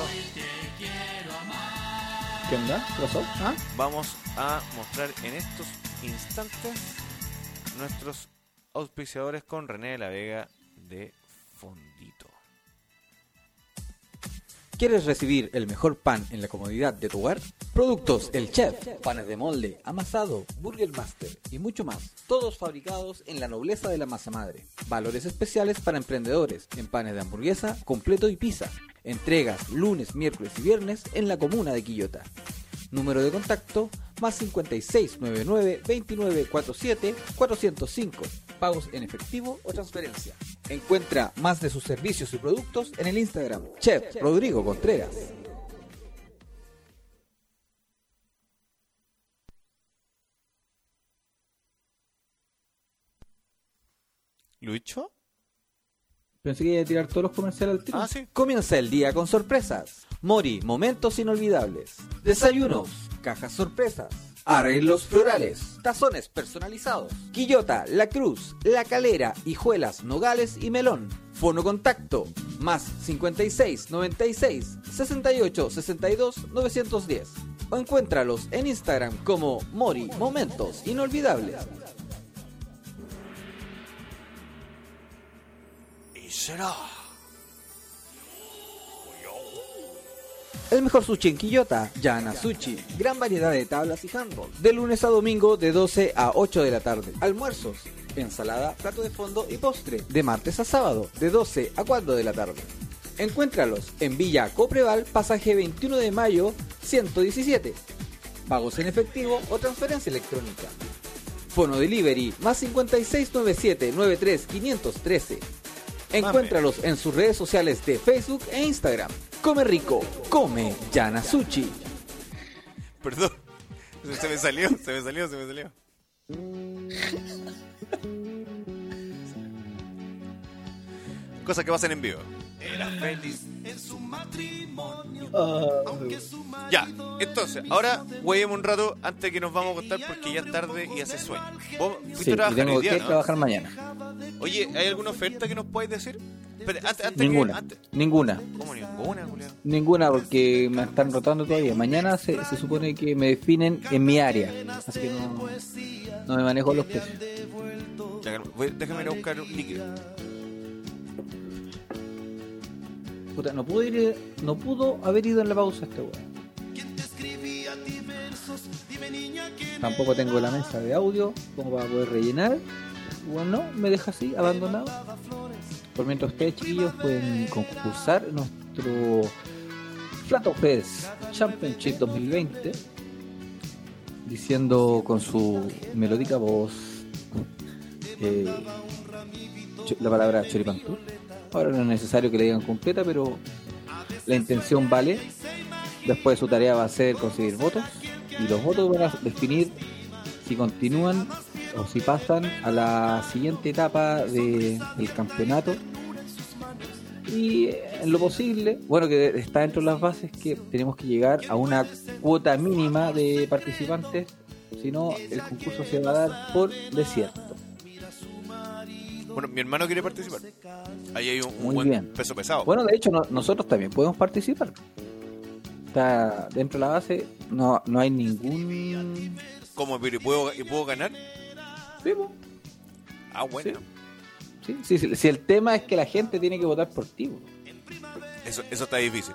¿Qué onda? ¿Qué pasó? ¿Ah? Vamos a mostrar en estos instantes nuestros auspiciadores con René de la Vega de Fondito. ¿Quieres recibir el mejor pan en la comodidad de tu hogar? Productos El Chef, panes de molde, amasado, Burger Master y mucho más. Todos fabricados en la nobleza de la masa madre. Valores especiales para emprendedores en panes de hamburguesa, completo y pizza. Entregas lunes, miércoles y viernes en la comuna de Quillota. Número de contacto más cincuenta y seis noventa y nueve veintinueve cuarenta y siete cuatrocientos cinco. Pagos en efectivo o transferencia. Encuentra más de sus servicios y productos en el Instagram Chef Rodrigo Contreras. ¿Lucho? Pensé que iba a tirar todos los comerciales al tiro. Ah, sí. Comienza el día con sorpresas. Mori, momentos inolvidables. Desayunos, cajas sorpresas. Arreglos florales, tazones personalizados. Quillota, La Cruz, La Calera, Hijuelas, Nogales y Melón. Fono contacto más cincuenta y seis noventa y seis sesenta y ocho sesenta y dos novecientos diez. O encuéntralos en Instagram como Mori, momentos inolvidables. Y será. El mejor sushi en Quillota, Yana Sushi. Gran variedad de tablas y handroll. De lunes a domingo de doce a ocho de la tarde. Almuerzos, ensalada, plato de fondo y postre. De martes a sábado de doce a cuatro de la tarde. Encuéntralos en Villa Copreval, pasaje veintiuno de mayo, ciento diecisiete. Pagos en efectivo o transferencia electrónica. Fono Delivery más cincuenta y seis noventa y siete noventa y tres quinientos trece. Encuéntralos en sus redes sociales de Facebook e Instagram. Come rico, come Yana Sushi. Perdón. Se me salió, se me salió, se me salió. Cosas que pasan en vivo. Era feliz en su matrimonio. Aunque su marido... Ya, entonces, ahora huevemos un rato antes de que nos vamos a acostar porque ya es tarde y hace sueño. ¿Vos fuiste Sí, a y trabajar tengo hoy día, que no? trabajar mañana. Oye, ¿hay alguna oferta que nos podáis decir? Espera, antes, antes Ninguna, que, antes... ninguna. ¿Cómo ninguna, Julián? Ninguna, porque me están rotando todavía. Mañana se, se supone que me definen en mi área. Así que no, no me manejo los precios. Ya, voy- déjame ir a buscar un líquido. Puta, no pudo ir, no pudo haber ido en la pausa este weón. Tampoco tengo la mesa de audio como para poder rellenar. Bueno, me deja así, abandonado. Por mientras ustedes, chiquillos, pueden concursar en nuestro Flato Fest Championship dos mil veinte, diciendo con su melódica voz eh, ch- la palabra choripantú. Ahora no es necesario que le digan completa, pero la intención vale. Después su tarea va a ser conseguir votos, y los votos van a definir si continúan o si pasan a la siguiente etapa de, del campeonato. Y en lo posible, bueno, que está dentro de las bases, que tenemos que llegar a una cuota mínima de participantes, si no el concurso se va a dar por desierto. Bueno, mi hermano quiere participar. Ahí hay un, un Muy buen bien. peso pesado. Bueno, de hecho no- nosotros también podemos participar. Está dentro de la base, no, no hay ningún... ¿Cómo? ¿Y puedo, y puedo ganar? Sí, po. Ah, bueno. Sí, sí, sí, si el tema es que la gente tiene que votar por ti, po. Eso, eso está difícil.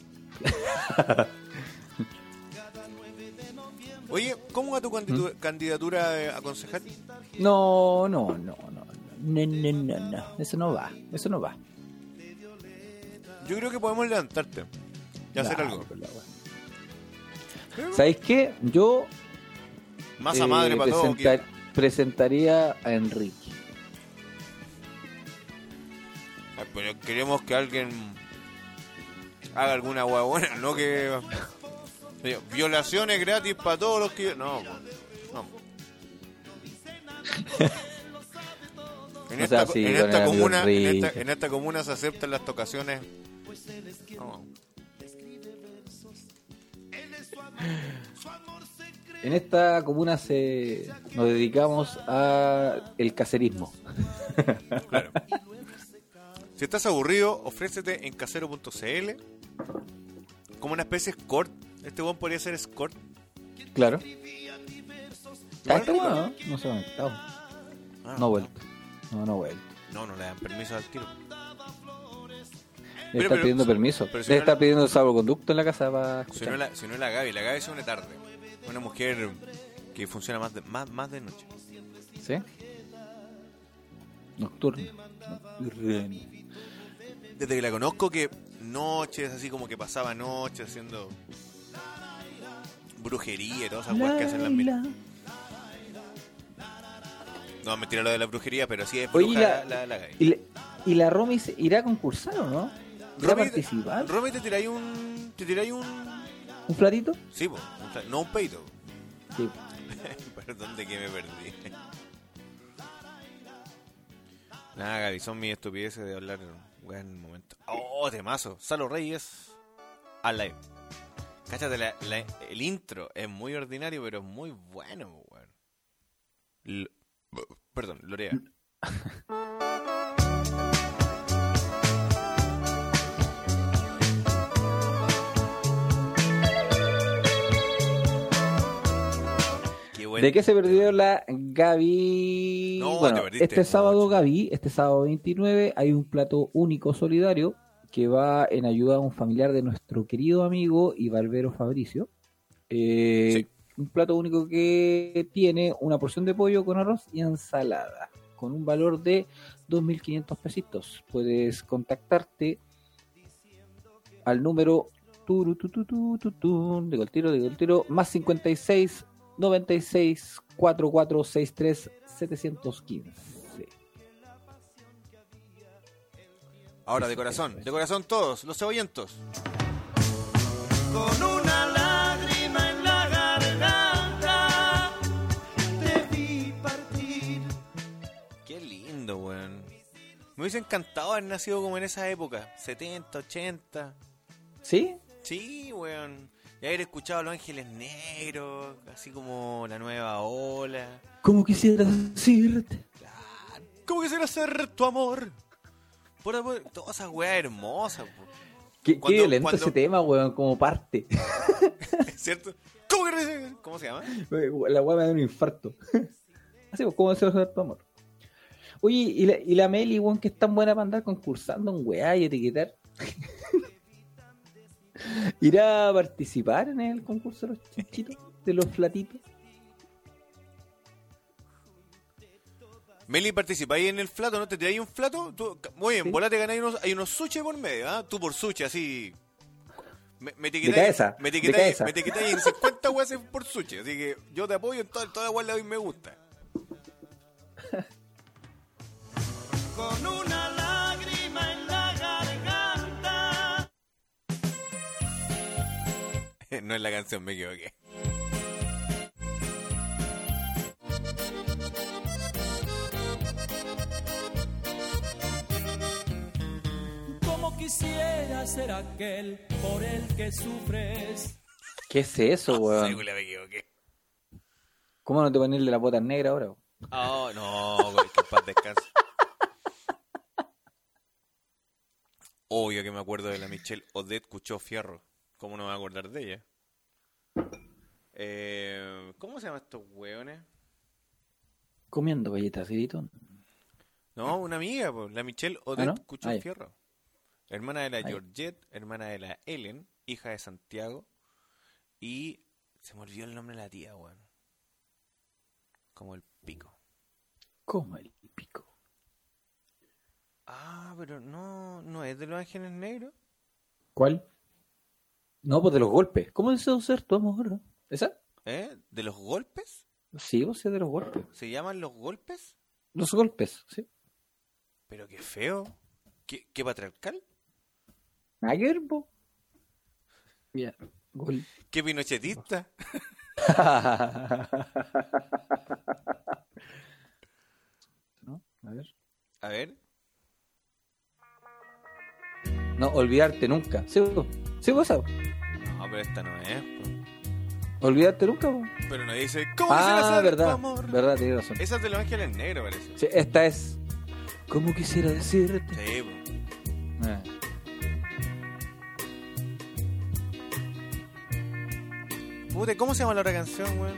Oye, ¿cómo va tu candidatura, candidatura eh, a concejal? No, no, no, no, no, no, no, no, eso no va, eso no va. Yo creo que podemos levantarte y hacer Nah, algo. pero la wea. ¿Sabéis qué? Yo Masa eh, madre para todo. presentar- presentaría a Enrique. Ay, pero queremos que alguien haga alguna hueá buena, no que... Oye, violaciones gratis para todos los que... No, no. En O esta, sea, sí, en con esta el amigo comuna, en Enrique. esta, en esta comuna se aceptan las tocaciones. No. En esta comuna se nos dedicamos a el caserismo. Claro. Si estás aburrido, ofrécete en casero punto c l como una especie de escort. Este weón podría ser escort. Claro. Igual Está rico. bueno, ¿no? No se ha conectado. Ah, No ha vuelto. No, no ha vuelto. No, no le dan permiso al tiro. Debe estar pero- pidiendo permiso. pero si Debe no estar la- pidiendo salvoconducto en la casa para Si escuchar. no, la, si no es la Gaby, la Gaby se une tarde. Una mujer que funciona más de, más, más de noche. ¿Sí? Nocturno. Nocturno. Desde que la conozco, que noches, así como que pasaba noches haciendo brujería y todas esas cosas que hacen las minas. No, mentira lo de la brujería, pero sí es Oye, bruja la- la, la, la Gaby. ¿Y, la, ¿Y la Romy se- irá a concursar o no? ¿Irá a Romy- participar? Romy, te tiráis un... ¿Te tiráis un...? ¿Un flatito? Sí, po, un fla- no un peito. Sí. Perdón de que me perdí. Nada, Gaby, son mis estupideces de hablar weá, en el momento. Oh, temazo. Salo Reyes al live. Cáchate, la, la- el intro es muy ordinario, pero es muy bueno, weón. L- Perdón, Lorea. Qué buen- ¿De qué se perdió la Gaby? No, bueno, te perdiste este sábado, mucho. Gaby, este sábado veintinueve, hay un plato único solidario que va en ayuda a un familiar de nuestro querido amigo y barbero Fabricio. Eh, Sí. Un plato único que tiene una porción de pollo con arroz y ensalada, con un valor de dos mil quinientos pesitos. Puedes contactarte al número turu, tu, tu, tu, tu, tu, digo el tiro, digo el tiro, más cincuenta y seis noventa y seis cuarenta y cuatro sesenta y tres setecientos quince. Ahora, de corazón, de corazón todos, los cebollentos. Con una lágrima en la garganta te vi partir. Qué lindo, weón. Me hubiese encantado haber nacido como en esa época, setenta, ochenta. ¿Sí? Sí, weón. Y haber escuchado a Los Ángeles Negros, así como La Nueva Ola. Como quisiera decirte. ¿Cómo quisiera ser tu amor? Por amor, todas esas weas hermosas, po. Qué, qué Cuando- violento cuando- ese tema, weón, como parte. ¿Cierto? ¿Cómo, que- ¿Cómo se llama? La weá me da un infarto. Así, pues, ¿cómo se va a hacer tu amor? Oye, ¿y la, y la Meli, weón, que es tan buena para andar concursando en weá y etiquetar? ¿Irá a participar en el concurso de los chinchitos? ¿De los flatitos? Meli, ¿participáis en el flato? ¿No te tiráis un flato? Tú, muy bien, Sí. volate ganáis unos, hay unos sushi por medio, ¿ah? Tú por sushi, así. Me, me etiquetáis, cabeza, me de etiquetáis, cabeza. me etiquetáis en cincuenta weas por sushi, así que yo te apoyo en toda, toda wea le doy me gusta. Con una lágrima en la garganta. No es la canción, me equivoqué. Como quisiera ser aquel por el que sufres. ¿Qué es eso, Sí, weón? Julia, me equivoqué. ¿Cómo no te ponerle la bota negra ahora, weón? Oh, no, güey, que en paz descanse. Obvio que me acuerdo de la Michelle Odette Cuchó Fierro. ¿Cómo no me voy a acordar de ella? Eh, ¿Cómo se llaman estos hueones? Comiendo galletas, ¿sí? No, una amiga, pues, la Michelle Odette ¿Ah, no? Cuchó Ah, ya. Fierro. Hermana de la ya. Georgette, hermana de la Ellen, hija de Santiago. Y se me olvidó el nombre de la tía, weón. Como el pico. Como el pico. Ah, pero no, no es de Los Ángeles Negros. ¿Cuál? No, pues de los golpes. ¿Cómo deseo ser tu amor? ¿Esa? ¿Eh? ¿De los golpes? Sí, pues sí, de los golpes. ¿Se llaman los golpes? Los golpes, sí. Pero qué feo. ¿Qué, qué patriarcal? ¿A qué ver, po? Ya. Gol. ¿Qué pinochetista? ¿No? A ver. A ver. No, olvidarte nunca. Sí, po. Sí, pues esa. No, pero esta no es. po. Olvídate nunca, po. Pero no dice, ¿cómo quisiera Ah, ser verdad, tu amor? verdad, tienes razón. Esa es de Los Ángeles Negros, parece. Sí, esta es... ¿Cómo quisiera decirte? Sí, po. Ah. Puta, ¿cómo se llama la otra canción, weón?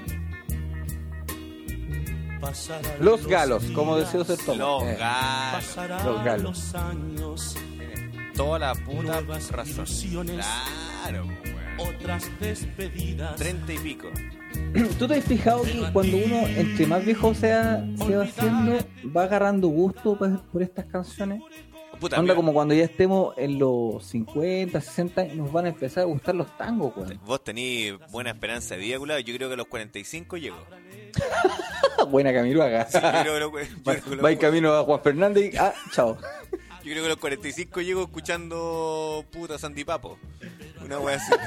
Los galos, como deseo ser todo. Los Eh, galos. Los galos. Tienes toda la puta razón. Claro, weón. Otras despedidas. Treinta y pico. ¿Tú te has fijado que cuando uno, entre más viejo sea, se va haciendo, va agarrando gusto por, por estas canciones? Puta, Onda mira, como cuando ya estemos en los cincuenta, sesenta, nos van a empezar a gustar los tangos, weón. vos tenés buena esperanza de vida, culado. Yo creo que a los cuarenta y cinco llego. Buena Camiruaga. Sí, yo creo que lo- yo Va, creo que lo- va en camino a Juan Fernández y... Ah, chao. Yo creo que a los cuarenta y cinco llego escuchando puta Sandy Papo. Una wea así.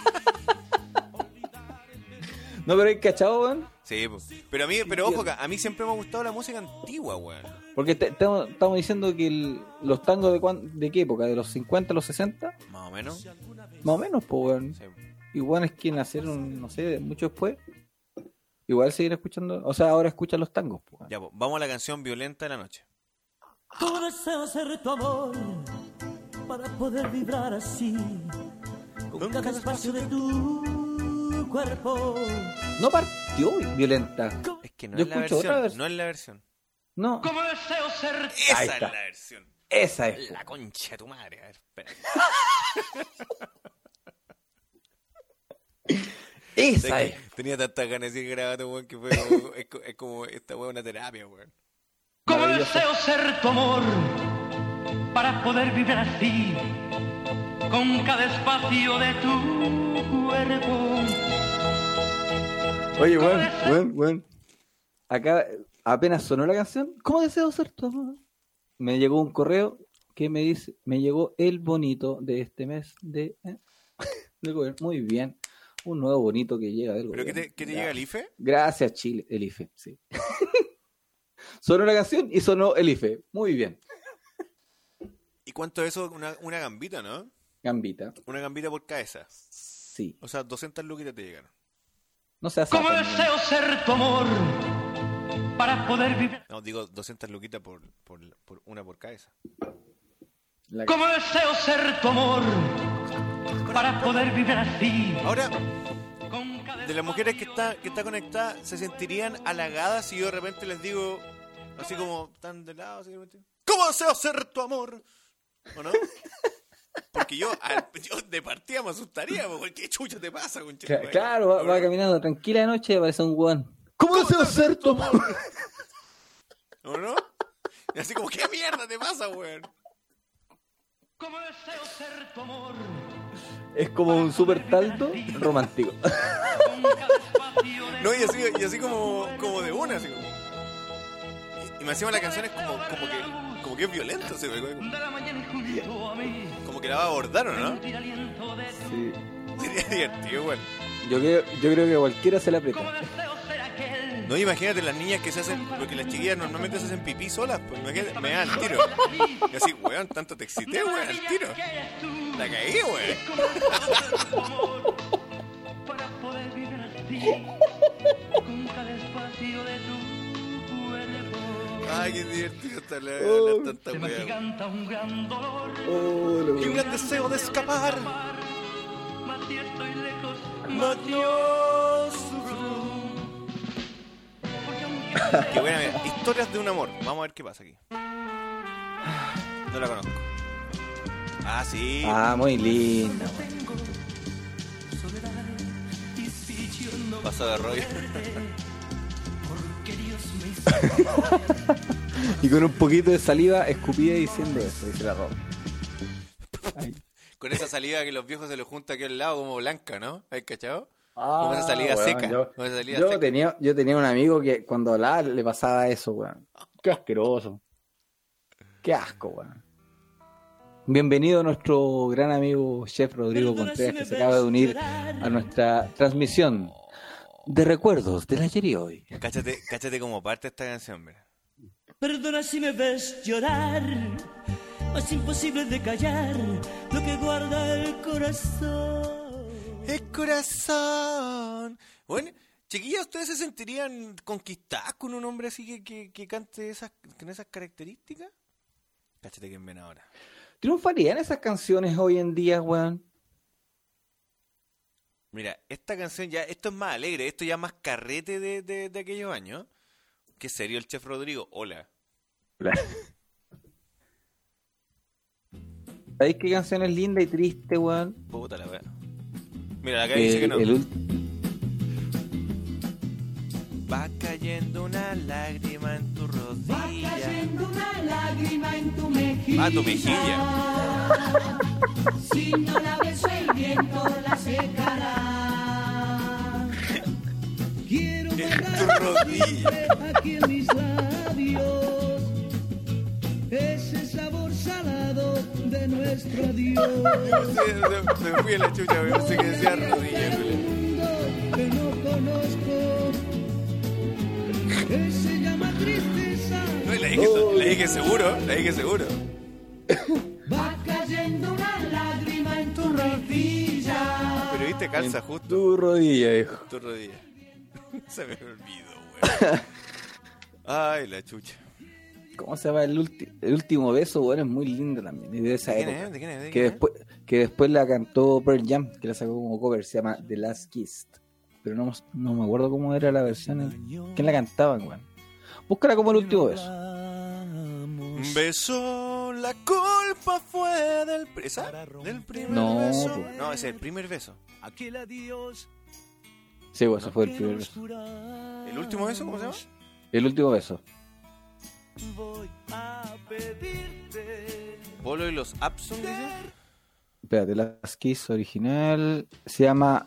No, pero hay cachado, weón. Sí, po. pero a mí, pero ojo, que a mí siempre me ha gustado la música antigua, weón. Porque te- te- estamos diciendo que el- los tangos de, cuán- de qué época, de los cincuenta a los sesenta, Más o menos. más o menos, pues, weón. Sí. Igual es que nacieron, no sé, mucho después. Igual seguir escuchando, o sea, ahora escuchan los tangos, pues, weón. Ya, po, vamos a la canción Violenta de la Noche. Todo deseo ser tu amor para poder vibrar así con cada espacio de tu cuerpo. No partió Violenta. Es que no Yo es la escucho versión. otra versión. No es la versión. No, Como deseo ser Esa Ahí es está. la versión. esa es. La concha de tu madre. A ver, espera. Esa Es es. que tenía tantas ganas de ir grabando, weón, que fue como, es, co- es como esta weón una terapia, weón. Como Maravilloso. deseo ser tu amor para poder vivir así con cada espacio de tu cuerpo. Oye, weón, weón, weón. Acá apenas sonó la canción. ¿Cómo deseo ser tu amor? Me llegó un correo que me dice, me llegó el bonito de este mes de ¿eh? del gobierno. Muy bien. Un nuevo bonito que llega del ¿Pero qué gobierno. te, qué te llega el I F E? Gracias, Chile. El I F E, sí. Sonó la canción y sonó el I F E. Muy bien. ¿Y cuánto es eso? Una, una gambita, ¿no? Gambita. Una gambita por cabeza. Sí. O sea, doscientas luquitas te llegaron. No se hace. Como deseo ser tu amor para poder vivir. No, digo doscientas luquitas por, por, por una por cabeza. La... Como deseo ser tu amor para poder vivir así. Ahora, Con cada de las mujeres que está, que está conectada, ¿se sentirían halagadas si yo de repente les digo, así como, tan de lado, así de repente, ¿cómo deseo ser tu amor? ¿O no? Porque yo, al- yo de partida me asustaría, porque ¿qué chucha te pasa, concha? Cla- Claro, va, va caminando tranquila de noche y aparece un guan. ¿Cómo deseo ser tu amor? ¿O no? Y así como, ¿qué mierda te pasa, weón? Como deseo ser tu amor Es como un super taldo romántico. con cada espacio de No, y así, y así como, como de una, así como. Y, y me encima la canción es como, como que como que es violento, así, como, de la mañana y junto a mí. como que la va a abordar, ¿o no? Sentir aliento de tu. Sí. Sería divertido, weón. Yo creo, yo creo que cualquiera se la aprieta. Como deseo ser aquel. No, imagínate las niñas que se hacen, porque las chiquillas normalmente se hacen pipí solas, pues imagínate, me dan al tiro. Y así, weón, tanto te excité, weón, al tiro. La caí, weón. Para poder vivir así con cada espacio de tu cuerpo. Ay, qué divertido está la, Oh. hablar tanta Se me weón. agiganta un gran dolor. Oh, lo- Y un gran deseo de escapar. Más si estoy lejos, Mas yo sufro. porque aunque Qué buena, mira, historias de un amor. Vamos a ver qué pasa aquí. No la conozco. Ah, sí. Ah, muy linda. weón. Paso de rollo. Y con un poquito de saliva escupida diciendo eso, dice la Rosa. Ay. Con esa salida que los viejos se lo juntan aquí al lado como blanca, ¿no? ¿Has cachado? Ah, Como esa salida weón, seca. Yo, Como esa salida yo seca. tenía, yo tenía un amigo que cuando hablaba le pasaba eso, weón. Qué asqueroso. Qué asco, weón. Bienvenido a nuestro gran amigo Chef Rodrigo Contreras, que se acaba de unir a nuestra transmisión de recuerdos del ayer y hoy. Cáchate, cáchate como parte de esta canción, mira. Perdona si me ves llorar, es imposible de callar lo que guarda el corazón. El corazón. Bueno, chiquillas, ¿ustedes se sentirían conquistadas con un hombre así que, que, que cante esas, con esas características? Cáchate quién ven ahora. ¿Triunfarían esas canciones hoy en día, weón? Mira, esta canción ya, esto es más alegre, esto ya más carrete de, de, de aquellos años. Qué serio el Chef Rodrigo. Hola. Hola. ¿Sabéis qué canción es linda y triste, weón? Puta la wea. Mira, acá dice Eh, que no. el ult- Va cayendo una lágrima en tu rodilla. Va cayendo una lágrima en tu mejilla. Ah, tu mejilla. Si no la beso el viento la secará. Quiero En tu guardar rodilla. aquí en mis labios ese sabor salado de nuestro adiós. Yo sé, se, se me fui a la chucha, me pensé que decía rodilla. El mundo que no conozco que se llama tristeza. No, le dije, le dije seguro, le dije seguro. Va cayendo una lágrima en tu rodilla. Pero viste, calza justo Tu rodilla, hijo. tu rodilla. Se me olvidó, weón. Ay, la chucha. ¿Cómo se llama? El, ulti- el último beso, weón, es muy lindo también. Es de esa ¿De quién época. es? ¿De quién es? ¿De Que quién es? después, que después la cantó Pearl Jam, que la sacó como cover, se llama The Last Kiss. Pero no, no me acuerdo cómo era la versión. en- ¿Quién la cantaba, weón? Búscala como el último beso. Un beso, la culpa fue del... pri- ¿Esa? ¿Del primer No, beso? po. No, ese es el primer beso. Aquel adiós Sí, bueno, ese fue el primer beso. ¿El último beso? ¿Cómo se llama? El último beso. voy a pedirte. Polo y los Abson, dice. Espérate, The Last Kiss original se llama...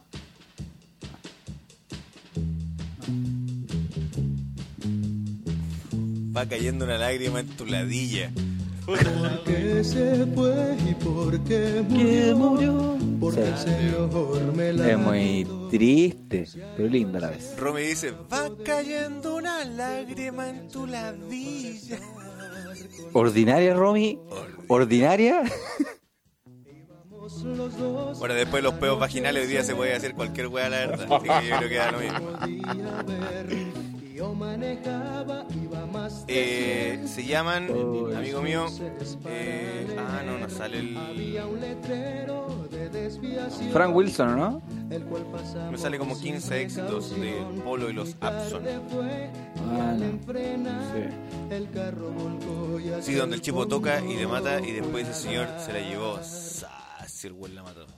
Va cayendo una lágrima en tu ladilla. Que se fue y porque murió, porque el Señor me la Es muy triste, pero linda a la vez. Romy dice, va cayendo una lágrima en tu ladilla. ¿Ordinaria, Romy? ¿Ordinaria? Bueno, después de los peos vaginales hoy día se puede hacer cualquier weá, la verdad. Así que yo creo que da lo mismo. Eh, se llaman, amigo mío, eh, ah, no, no sale el... Frank Wilson, ¿no? Me sale como quince éxitos de Polo y los Abson. Ah, no. Sí. Sí, donde el chico toca y le mata y después ese señor se la llevó. Si el güey la mató.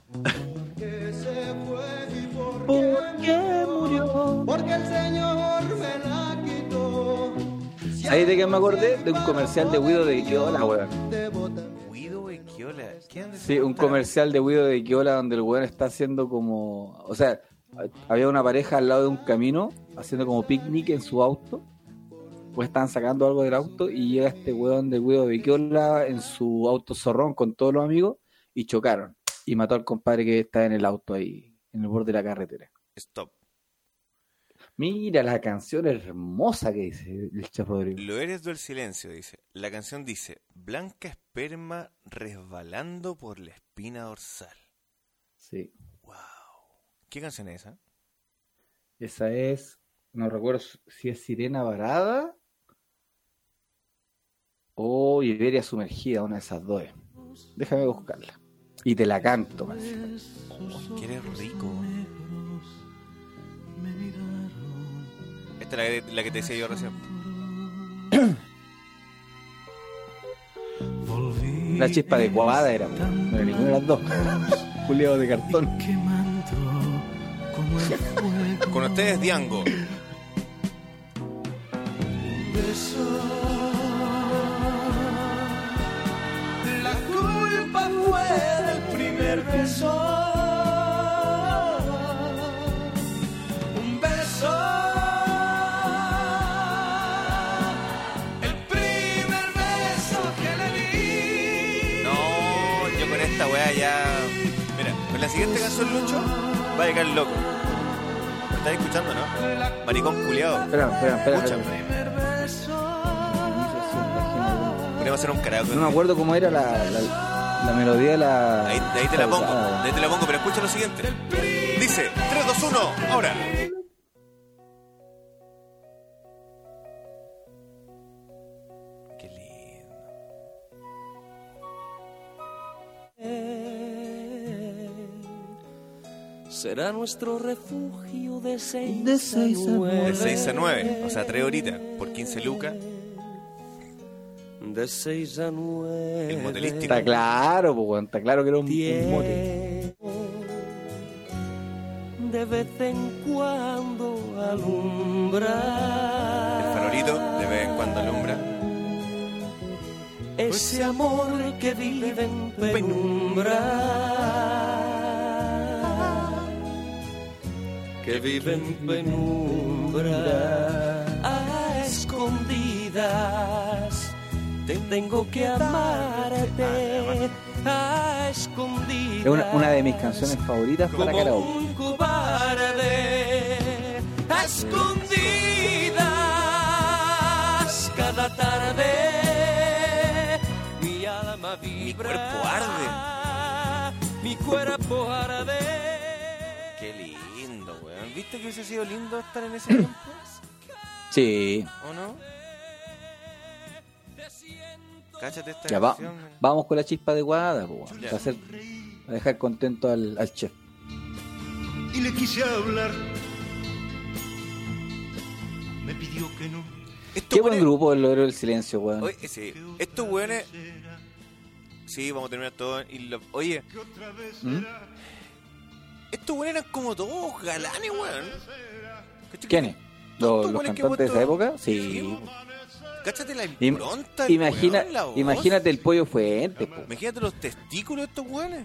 porque murió, porque el Señor me la quitó. ¿Ahí de qué me acordé? De un comercial de Guido de Iquiola, weón. Guido de Iquiola. ¿Quién es? Sí, un comercial de Guido de Iquiola donde el weón está haciendo como... O sea, había una pareja al lado de un camino haciendo como picnic en su auto. Pues estaban sacando algo del auto y llega este weón de Guido de Iquiola en su auto zorrón con todos los amigos y chocaron. Y mató al compadre que está en el auto ahí, en el borde de la carretera. Stop. Mira la canción hermosa que dice el Chef Rodrigo. Lo eres del silencio, dice. La canción dice, blanca esperma resbalando por la espina dorsal. Sí. Wow. ¿Qué canción es esa? Esa es, no recuerdo si es Sirena Varada o Iberia Sumergida, una de esas dos. Déjame buscarla. Y te la canto, man. Oh, que eres rico. Esta es la, la que te decía yo recién. La chispa de Guavada era, no era ninguna de las dos. Juliado de cartón. Con ustedes, Diango. La culpa fue del primer beso. Un beso. El primer beso que le di. No, yo con esta weá ya... Mira, con la siguiente canción, Lucho, va a llegar loco. ¿Me estás escuchando, no? Maricón culiado. Espera, espera, espera. Escúchame. Podríamos hacer un karaoke. No me acuerdo cómo era la, la, la melodía de la... Ahí, de ahí te la pongo, de ahí te la pongo, pero escucha lo siguiente. dice tres, dos, uno, ahora. Qué lindo. Será nuestro refugio de seis, De seis a nueve. De seis a nueve, o sea, tres horitas por quince lucas. De seis a nueve. El motelístico. Está claro, pues, weón, está claro que era un, un mote. De vez en cuando alumbra. El farolito de vez en cuando alumbra. Ese amor que vive en penumbra. Que vive en penumbra. A escondidas. Te tengo que amarte. A escondidas. Es una, una de mis canciones favoritas para Como karaoke. un cobarde, a escondidas, cada tarde, mi alma vibra, Mi cuerpo arde. mi cuerpo arde. Qué lindo, weón. ¿Viste que hubiese sido lindo estar en ese tiempo? Sí. ¿O no? Cáchate esta Ya va, canción. man. vamos con la chispa adecuada, pues, weón, Ya. para, hacer, para dejar contento al, al chef. Y le quise hablar. Me pidió que no. Estos Qué buen weones- grupo el logro del silencio, weón. Oye, sí, estos weones. Sí, vamos a terminar todo. Y lo- Oye, ¿Mm? estos weones eran como todos galanes, weón. ¿Cachai? ¿Quiénes? Todos ¿Los, los weones que cantantes de esa hemos época? puesto- Sí. Cáchate la Im- impronta. el imagina, weón, la voz. imagínate el pollo fuente, po. Imagínate los testículos de estos weones.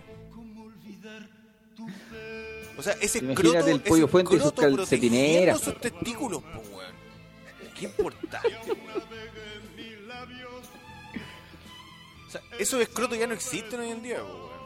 O sea, ese Imagínate croto, el pollo ese fuente y sus croto calcetineras, protegiendo sus testículos, po, weón. Qué importante. O sea, esos escrotos ya no existen hoy en día, po, weón.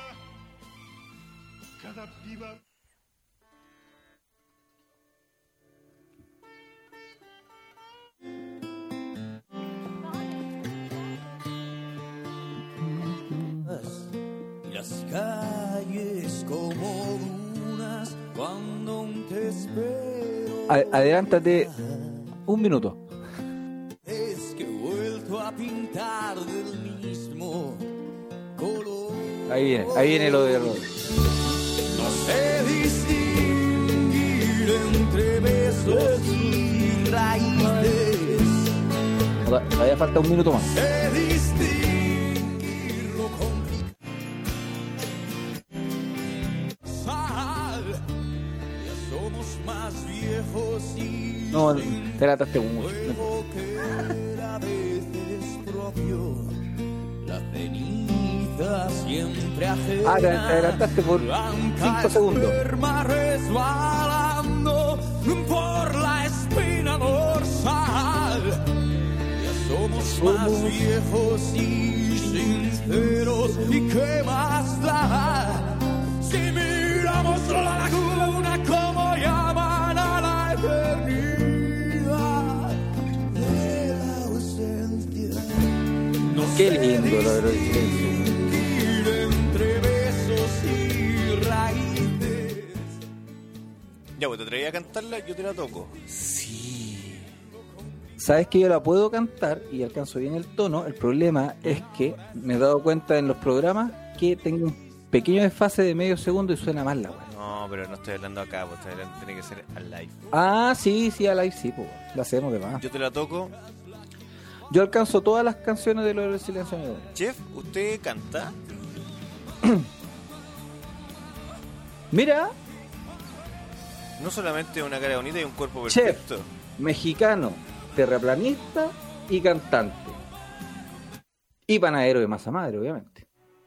Las calles como dunas cuando aún te espero. A- adelántate un minuto. Es que he vuelto a pintar del mismo color. Ahí viene, ahí viene lo de Rod. No sé distinguir entre besos y raíces. Toda- Todavía falta un minuto más. Sé distinguirlo con sal. Ya somos más viejos y No, te lataste mucho. luego que a veces propio la ceniza siempre ajena. Ah, te te adelantaste por cinco segundos. Enferma resbalando por la espina dorsal. Ya somos más viejos y sinceros. ¿Y qué más da? Si miramos la laguna como llaman a la eternidad de la ausencia. No Qué sé lindo lo de Rod del silencio. distinguir entre besos y raíces. Ya, pues te traía a cantarla, yo te la toco. Sí. Sabes que yo la puedo cantar y alcanzo bien el tono. El problema es que me he dado cuenta en los programas que tengo un pequeño desfase de medio segundo y suena mal la weá. No, pero no estoy hablando acá, pues estoy hablando- tiene que ser al live. Ah, sí, sí, a live sí, pues. La hacemos de más. Yo te la toco. Yo alcanzo todas las canciones de lo del silencio, amigo. Chef, ¿usted canta? Mira, No solamente una cara bonita y un cuerpo Chef. perfecto. mexicano, terraplanista y cantante. Y panadero de masa madre, obviamente.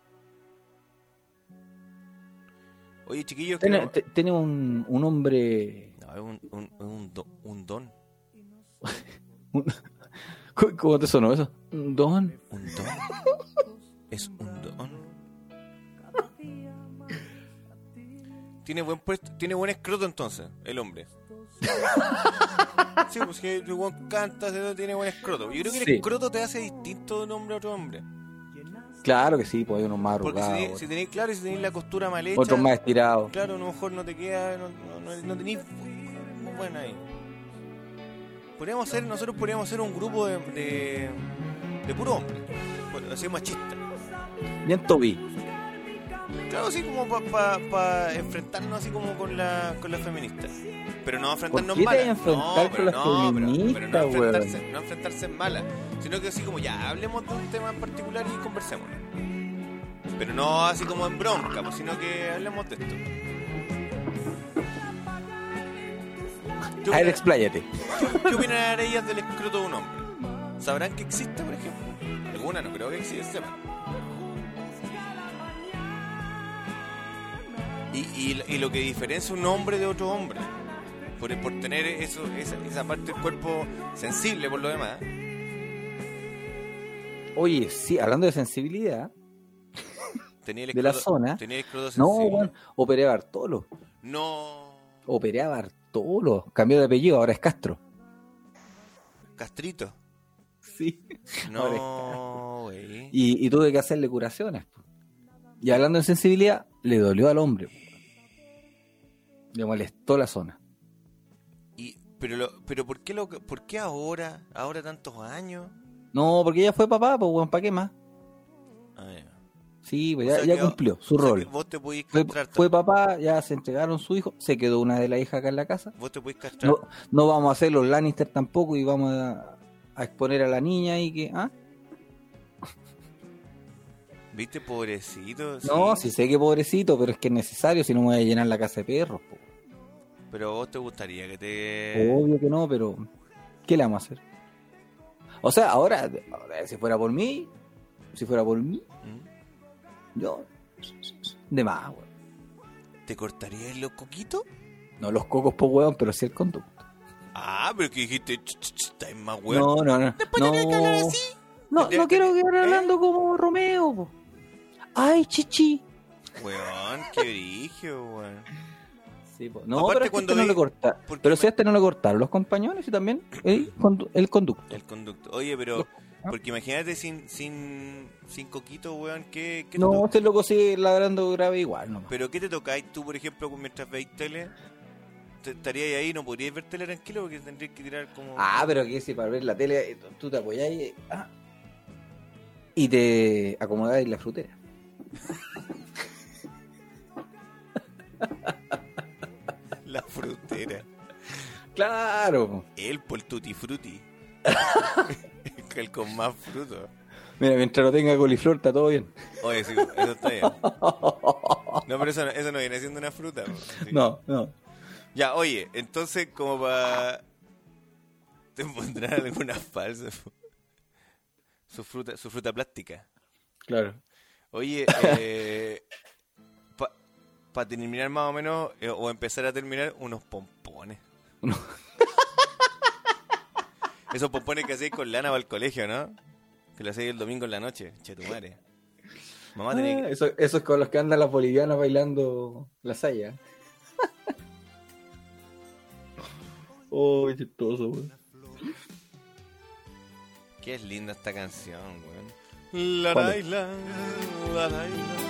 Oye, chiquillos, Tiene, creo- te- tiene un, un hombre... No, es un, un, un, do- un don. un- ¿Cómo te sonó eso? Un don. Un don. Es un don. Tiene buen puesto, tiene buen escroto entonces, el hombre. Sí, pues que el weón canta, se- tiene buen escroto. Yo creo que el Sí. escroto te hace distinto de un hombre a otro hombre. Claro que sí, pues hay unos más Porque arrugados. si, tenéis- si tenéis, claro, y si tenéis la costura mal hecha, Otros más estirados. claro, a lo mejor no te queda, no, no, no, no tenéis muy buena ahí. Podríamos ser, nosotros podríamos ser un grupo de, de, de puro hombre, así machista. Bien Toby. Claro, así como para pa, pa enfrentarnos así como con la, con las feministas. Pero no enfrentarnos ¿Por qué te malas. vas a enfrentar no, con pero las no, pero, pero no feministas, enfrentarse, weón? no enfrentarse en malas, sino que así como ya hablemos de un tema en particular y conversemos. Pero no así como en bronca, pues, sino que hablemos de esto. ¿Qué A ver, opinan- expláyate. ¿Qué, qué opinarán ellas del escroto de un hombre? ¿Sabrán que existe, por ejemplo? Alguna no creo que existe. Y, y, y lo que diferencia un hombre de otro hombre, por, por tener eso, esa, esa parte del cuerpo sensible por lo demás. Oye, sí, hablando de sensibilidad, Tenía el de la escroto- zona. Tenía el escroto No, sensible. weón, operé a Bartolo. No. Operé a Bartolo. Cambió de apellido, ahora es Castro. Castrito. Sí. Ahora es No, güey. Y, y tuve que hacerle curaciones. po. Y hablando de sensibilidad, le dolió al hombre. po. Le molestó la zona. Y, pero, lo, pero ¿por qué, lo, ¿por qué ahora? ¿Ahora tantos años? No, porque ella fue papá, pues, weón, ¿para qué más? Ah, ya. Sí, pues O ya, sea ya que- cumplió su o sea rol. que vos te podís Fue, castrar. fue papá, ya se entregaron su hijo, se quedó una de las hijas acá en la casa. Vos te podís castrar. No, no vamos a hacer los Lannister tampoco y vamos a, a exponer a la niña y que... ¿ah? ¿Viste, pobrecito? No, sí sé que pobrecito, pero es que es necesario, si no me voy a llenar la casa de perros. po. Pero vos te gustaría que te... Obvio que no, pero ¿qué le vamos a hacer? O sea, ahora, ahora, si fuera por mí, si fuera por mí, ¿Mm? yo, de más, weón. ¿Te cortarías los coquitos? No los cocos por weón, pero sí el conducto. Ah, pero que dijiste, ch, ch, ch, estáis más weón. No, no, no. Después no, tenés que hablar así. No, Te- no te- quiero quedar ¿eh? hablando como Romeo, po. Ay, chichi. Weón, qué brigio, weón. Sí, po. No, Aparte pero es que cuando este no vi- le corta. porque Pero me- si a este no le cortaron los compañones y también el, condu- el conducto. El conducto. Oye, pero... Porque imagínate sin sin sin coquito, weón, ¿qué, qué te No, to- este loco sigue ladrando grave igual, no. ¿Pero qué te tocáis tú, por ejemplo, mientras veis tele? ¿Te- ¿Estaríais ahí? ¿No podríais ver tele tranquilo? Porque tendríais que tirar como... Ah, pero que si para ver la tele eh, tú te apoyás y, ah, y te acomodáis en la frutera. La frutera. Claro. El por tutti frutti. El con más frutos. Mira, mientras no tenga coliflor está todo bien. Oye, sí, eso está bien. No, pero eso no, eso no viene siendo una fruta. po. Sí. No, no. Ya, oye, entonces como para... ¿Te pondrán alguna falsa? Su fruta, su fruta plástica. Claro. Oye, eh, para terminar más o menos, eh, o empezar a terminar, unos pompones. Esos pompones que hacéis con lana para el colegio, ¿no? Que lo hacéis el domingo en la noche, chetumare. Mamá tenía Ah, que... eso, eso es con los que andan las bolivianas bailando la saya. Oh, qué chistoso, weón. Qué es linda esta canción, weón. La ¿Cuál la es? la la la la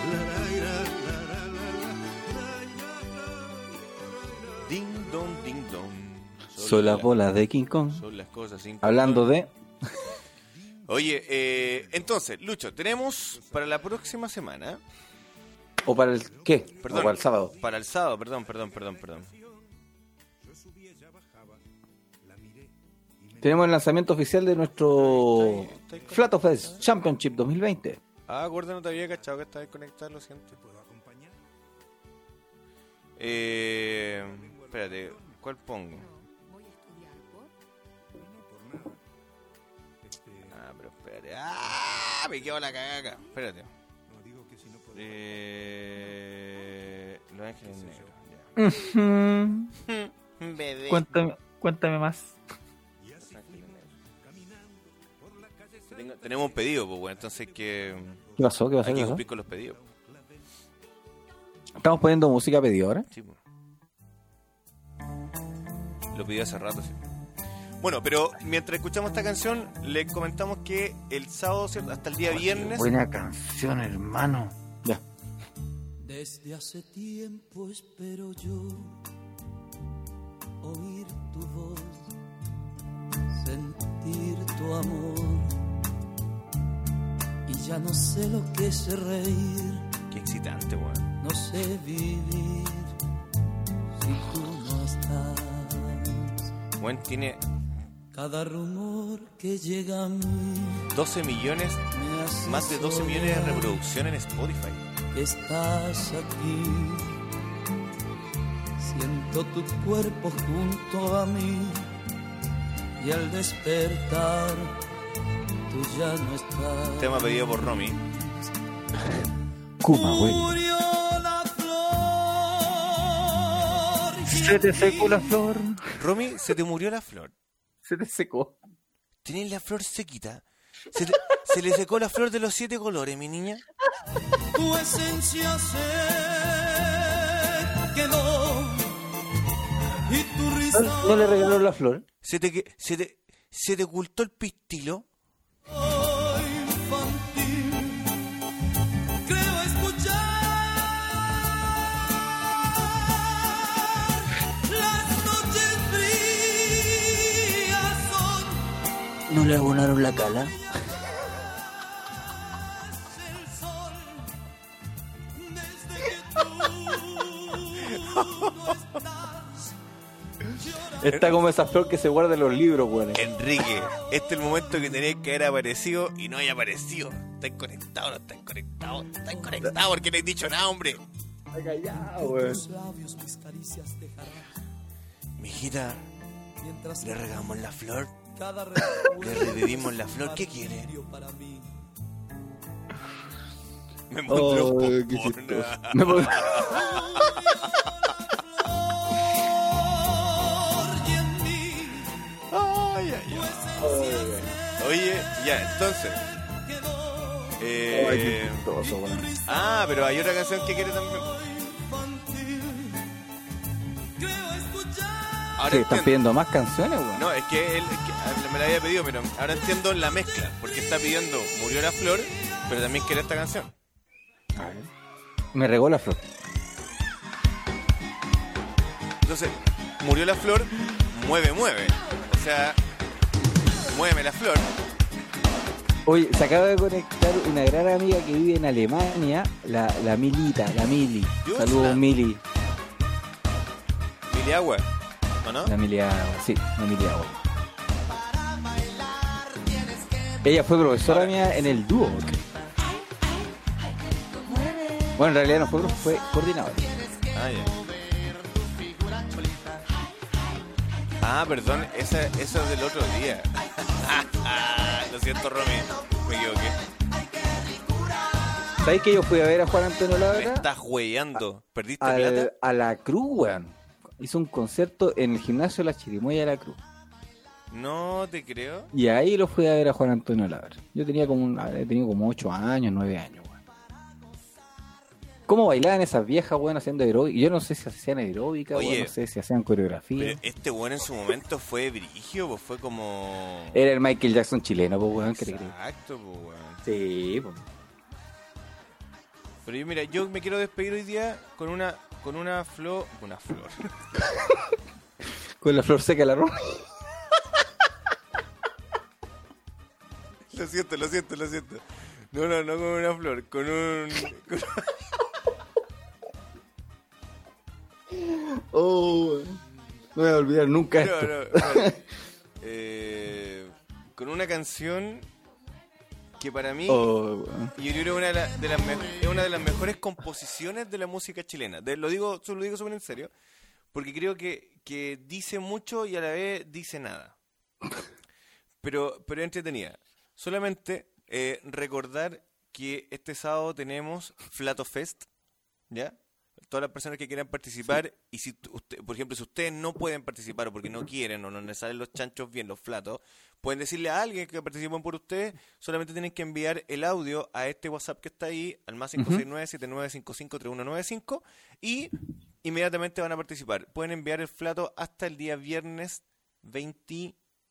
Ding dong, ding dong. Son las bolas de King Kong. Son las cosas sin Hablando de... Oye, eh, entonces, Lucho, tenemos para la próxima semana... ¿O para el qué? Perdón, ¿O para el sábado? Para el sábado, perdón, perdón, perdón, perdón. Tenemos el lanzamiento oficial de nuestro Flato Fest Championship dos mil veinte. Ah, gorda, no te había cachado que estabas conectado, lo siento. Eh, espérate, ¿cuál pongo? Ah, pero espérate. ¡Ah! Me quedo la cagaca. Espérate. Eh, Los Ángeles Negros. Ya. Bebé. Cuéntame, cuéntame más. Tengo- tenemos un pedido, pues bueno, entonces que... ¿Qué pasó? ¿Qué pasó? Hay ¿Qué que pasó? cumplir con los pedidos. Estamos poniendo música pedidora. Sí, pues. Lo pidió hace rato, sí. Bueno, pero mientras escuchamos esta canción, le comentamos que el sábado, ¿cierto? Hasta el día viernes. Buena canción, hermano. Ya. Desde hace tiempo espero yo oír tu voz, sentir tu amor, y ya no sé lo que es reír. Qué excitante, weón. No sé vivir si tú no estás. Weón tiene cada rumor que llega a mí, doce millones, más de doce millones de reproducciones en Spotify. Estás aquí, siento tu cuerpo junto a mí, y al despertar tú ya no estás. Tema pedido por Romy. Kuma, güey. Murió la flor. Se te secó la flor. Romy, se te murió la flor. Se te secó. Tienes la flor sequita. Se, te, se le secó la flor de los siete colores, mi niña. Tu esencia se quedó y tu risa. ¿No, no le regaló la flor? Se te, que- se te, se te ocultó el pistilo. Infantil, creo escuchar las noches frías son. ¿No le abonaron la cala? Está como esa flor que se guarda en los libros, güey. Enrique, este es el momento que tenías que haber aparecido y no hay aparecido. Estás conectado, no estás conectado. Estás conectado porque no has dicho nada, hombre. Está callado, güey. Mijita, le regamos la flor. Le revivimos la flor. ¿Qué quiere? Me mostró Oh, qué popona. chistoso. Me pon- Ay, ay, ay. Oye, ya, entonces. Eh, Ay, qué chistoso, güey. ah, pero hay otra canción que quiere también. Ahora Sí, están entiendo. pidiendo más canciones, güey. No, es que él es que, ah, me la había pedido, pero ahora entiendo la mezcla. Porque está pidiendo Murió la flor, pero también quiere esta canción. A ver. Me regó la flor. Entonces, Murió la flor, mueve, mueve. O sea, muéveme la flor. Oye, se acaba de conectar una gran amiga que vive en Alemania, la, la Milita, la Mili. Dios, Saludos, la- Mili. Mili Agua, ¿o no? La Mili Agua, sí, la Mili Agua. Ella fue profesora mía en el dúo. Bueno, en realidad no fue profe, fue coordinadora. Ah, ya. Ah, perdón, esa, esa es del otro día. Lo siento, Romy, me equivoqué. ¿Sabes que yo fui a ver a Juan Antonio Me Labra? estás hueveando. ¿Perdiste Al- plata? a la Cruz, weón. Hizo un concierto en el gimnasio de la Chirimoya de la Cruz. No te creo. Y ahí lo fui a ver a Juan Antonio Labra. Yo tenía como un, he tenido como ocho años, nueve años, weón. ¿Cómo bailaban esas viejas, weón, haciendo aeróbica? Yo no sé si hacían aeróbica, Oye, weón, no sé si hacían coreografía. Pero este bueno en su momento fue brigio, pues fue como... Era el Michael Jackson chileno, pues, weón, ¿qué te crees? Exacto, pues, weón. Sí, pues. Pero yo, mira, yo me quiero despedir hoy día con una con una flor... Una flor. Con la flor seca de la ropa. Lo siento, lo siento, lo siento. No, no, no con una flor, con un... con- Oh, weón. No voy a olvidar nunca No, esto. no, espera. Eh, con una canción que para mí Oh, weón. yo creo que es una de, la- de las me- es una de las mejores composiciones de la música chilena. De- lo digo, lo digo súper en serio, porque creo que, que dice mucho y a la vez dice nada. Pero, pero es entretenida. Solamente eh, recordar que este sábado tenemos Flato Fest, ¿ya? Todas las personas que quieran participar, y si t- usted, por ejemplo, si ustedes no pueden participar o porque no quieren o no les salen los chanchos bien, los flatos, pueden decirle a alguien que participen por ustedes, solamente tienen que enviar el audio a este WhatsApp que está ahí, al más cinco seis nueve, siete nueve cinco cinco, tres uno nueve cinco, y inmediatamente van a participar. Pueden enviar el flato hasta el día viernes veinte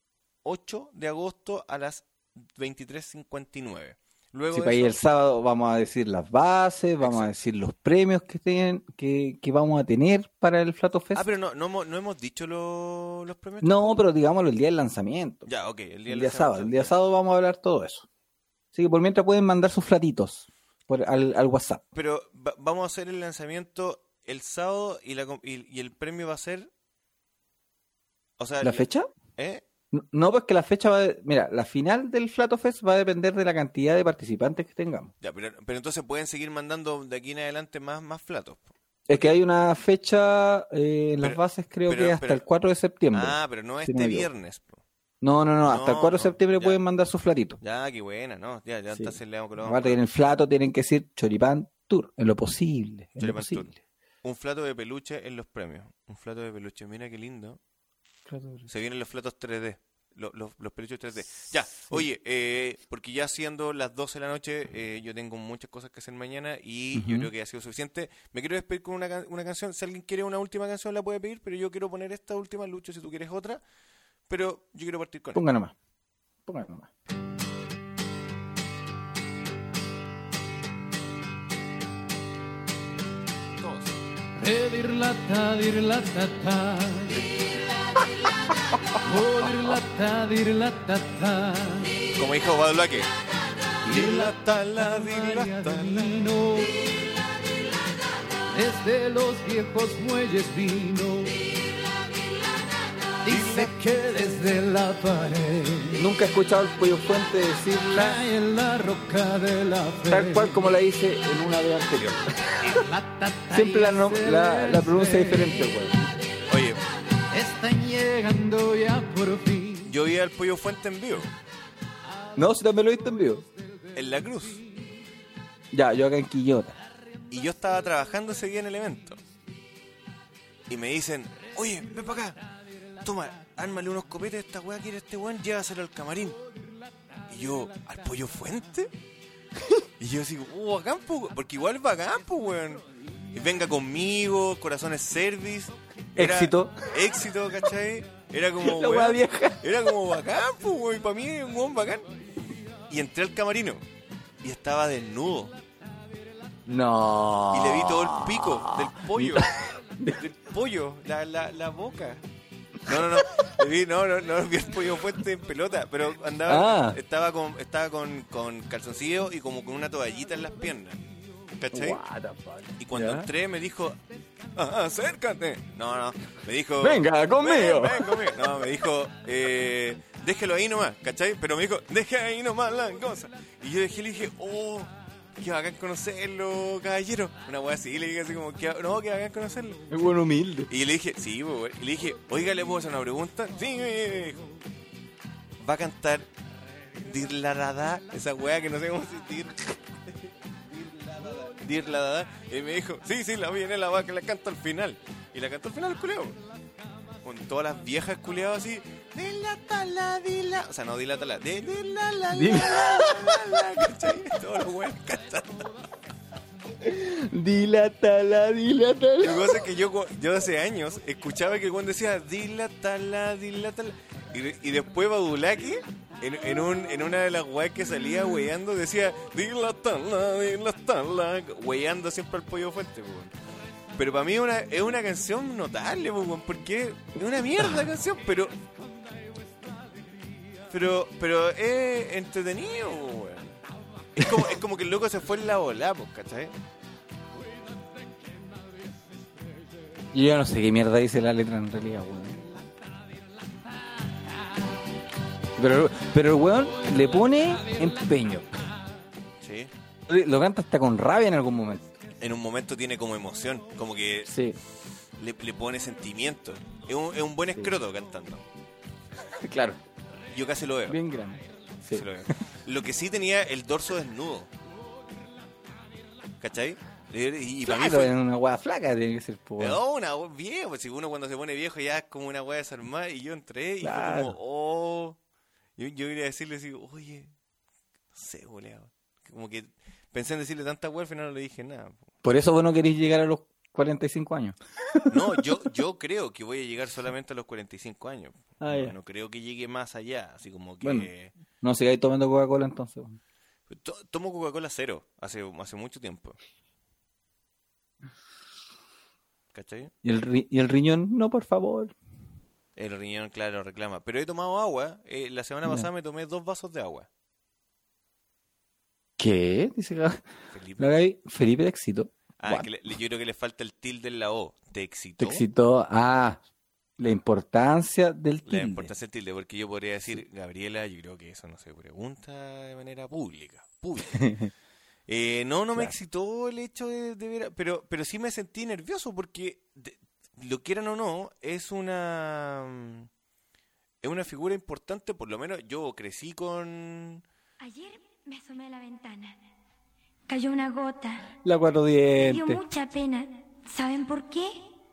ocho de agosto a las veintitrés cincuenta y nueve. Luego Sí, de para ahí eso- el sábado vamos a decir las bases, vamos Exacto. a decir los premios que, tienen, que, que vamos a tener para el Flato Fest. Ah, pero no, no, hemos, no hemos dicho lo- los premios. No, pero digámoslo el día del lanzamiento. Ya, ok. El día, El del día sábado. lanzamiento. El día sábado vamos a hablar todo eso. Así que por mientras pueden mandar sus flatitos por, al, al WhatsApp. Pero va- vamos a hacer el lanzamiento el sábado y, la, com- y, y el premio va a ser... O sea, ¿La el- fecha? ¿Eh? No, No, pues que la fecha va a... Mira, la final del Flato Fest va a depender de la cantidad de participantes que tengamos. Ya, pero, pero entonces pueden seguir mandando de aquí en adelante más, más flatos. Es que hay una fecha eh, en las Pero- bases, creo pero- que hasta pero- el cuatro de septiembre. Ah, pero no si este no me equivoco. viernes. po. No, no, no, hasta el No, cuatro de no, septiembre ya. pueden mandar sus flatitos. Ya, qué buena, ¿no? Ya, ya Sí. entonces le vamos a colocar Aparte que en el flato tienen que decir Choripán Tour, en lo posible. En lo Choripán Tour. posible. un flato de peluche en los premios. Un flato de peluche, mira qué lindo. Se vienen los flatos tres D. Los, los, los peluches tres D. Ya, oye, eh, porque ya siendo las doce de la noche, eh, yo tengo muchas cosas que hacer mañana y yo Ujú. creo que ha sido suficiente. Me quiero despedir con una, can- una canción. Si alguien quiere una última canción, la puede pedir, pero yo quiero poner esta última, Lucho, si tú quieres otra. Pero yo quiero partir con esta. Ponga nomás. Ponga nomás. Redirlata, dirlatata. Oh, dirlata, dirlatata. Como dijo Badulaque. Dilatala, dilatala. Desde los viejos muelles vino. Dice que desde la pared Nunca he escuchado al Pollo Fuente decirla cae en la roca de la fe. tal cual como la hice en una vez anterior. Siempre la, no- la, la pronuncia diferente, güey. Oye, Están llegando ya por fin. yo vi al Pollo Fuente en vivo, No, si también lo viste en vivo. en La Cruz. Ya, yo acá en Quillota. Y yo estaba trabajando ese día en el evento. Y me dicen, oye, ven para acá. Toma, ármale unos copetes a esta weá, quiere este weón, llévaselo al camarín. Y yo, ¿al Pollo Fuente? Y yo así, uh, bacán, po, porque igual es bacán, po, weón. Y venga conmigo, Corazones Service. Era Éxito. Éxito, ¿cachai? Era como, La weón, weá vieja. Era como bacán, po, weón. Para mí es un weón bacán. Y entré al camarino. Y estaba desnudo. No. Y le vi todo el pico del pollo. Del pollo, la, la, la boca. No, no, no. Le vi, no, no, no, vi el Pollo Fuente en pelota, pero andaba, Ah. estaba con, estaba con, con calzoncillo y como con una toallita en las piernas. ¿Cachai? What the fuck. Y cuando ¿Ya? entré me dijo, "Ah, acércate. No, no, me dijo, Venga, conmigo. Ven, ven conmigo. No, me dijo, eh, déjelo ahí nomás, ¿cachai? Pero me dijo, deje ahí nomás la cosa. Y yo dejé, le dije, oh, qué bacán conocerlo, caballero. Una wea así, le dije así como, "Qué- no, qué bacán conocerlo. Es bueno humilde. Y le dije, sí, pues, güey. Y le dije, oiga, ¿le puedo hacer una pregunta? Sí, me dijo. Va a cantar Dirladada, esa weá que no sé cómo se dir. Dirladada. Y me dijo, sí, sí, la viene la va que la canto al final. Y la cantó al final, culeo. Con todas las viejas culeadas así. Dilatala, dila. O sea, no dilatala. De, dilala, Dila. la, la, la, ¿cachai? Todos los weones cantando. Dilatala, dilatala. Lo que pasa es que yo, cu- yo hace años escuchaba que cuando decía dilatala, dilatala. Y, y después Badulaki, en, en, un, en una de las weas que salía weyando, decía dilatala, dilatala, weyando siempre al Pollo Fuente, po, weón. Pero para mí es una, es una canción notable, po, weón, porque es una mierda la canción, pero. Pero, pero es entretenido, po, weón. Es como, es como que el loco se fue en la bola, pues, ¿cachai? Yo ya no sé qué mierda dice la letra en realidad, weón. Pero, pero el weón le pone empeño. Sí. Lo canta hasta con rabia en algún momento. En un momento tiene como emoción, como que Sí, le, le pone sentimiento. Es un, es un buen escroto cantando. claro. Yo casi lo veo. Bien grande. Sí. Casi lo veo. Lo que sí tenía el dorso desnudo. ¿Cachai? Y, y para mí Claro, fue... en una weá flaca tiene que ser, po, weón. No, una we- viejo, pues si uno cuando se pone viejo ya es como una weá desarmada y yo entré y Claro. fue como, oh... Yo, yo iba a decirle así, oye, no sé, boleado. Como que pensé en decirle tanta weá, al final no le dije nada. Po. Por eso vos no querés llegar a los cuarenta y cinco años. No, yo yo creo que voy a llegar solamente a los cuarenta y cinco años. Ah, no, ya. no creo que llegue más allá, así como que... Bueno, no sigáis tomando Coca-Cola entonces. To- tomo Coca-Cola cero, hace, hace mucho tiempo. ¿Cachai? ¿Y el, ri- ¿Y el riñón? No, por favor. El riñón, claro, reclama. Pero he tomado agua. Eh, la semana Ya. pasada me tomé dos vasos de agua. ¿Qué? Dice que Felipe. la Gaby, Felipe de éxito. Ah, What? que le- yo creo que le falta el tilde en la O. ¿Te Te excitó? excitó. Ah, la importancia del tilde. La importancia del tilde, porque yo podría decir, Gabriela, yo creo que eso no se pregunta de manera pública. pública. Eh, no, no me Claro. excitó el hecho de, de ver, pero, pero sí me sentí nervioso porque, de- lo quieran o no, es una es una figura importante, por lo menos yo crecí con... Ayer me asomé a la ventana. Cayó una gota. La cuatro Me dio dientes. mucha pena. ¿Saben por qué?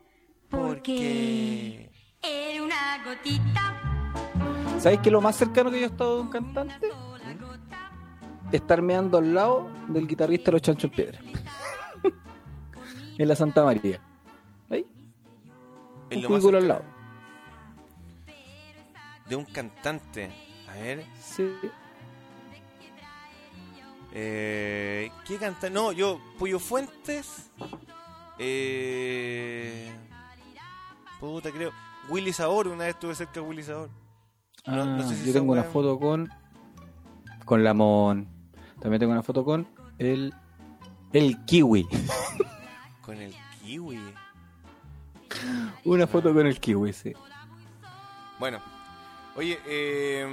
Porque era una gotita. ¿Sabes qué es lo más cercano que yo he estado de un cantante? Estar meando al lado del guitarrista de Los Chanchos en Piedra. En la Santa María. Ahí. Es Un lo más cubículo al cercano. lado. De un cantante. A ver, Sí. eh, ¿qué canta? No, yo, Puyo Fuentes. Eh, puta, creo. Willy Sabor, una vez estuve cerca de Willy Sabor. No- Ah, no sé si yo esa tengo una weá- foto con con Lamón. También tengo una foto con el el Kiwi. Con el Kiwi. Una foto con el Kiwi, sí. Bueno, oye, eh,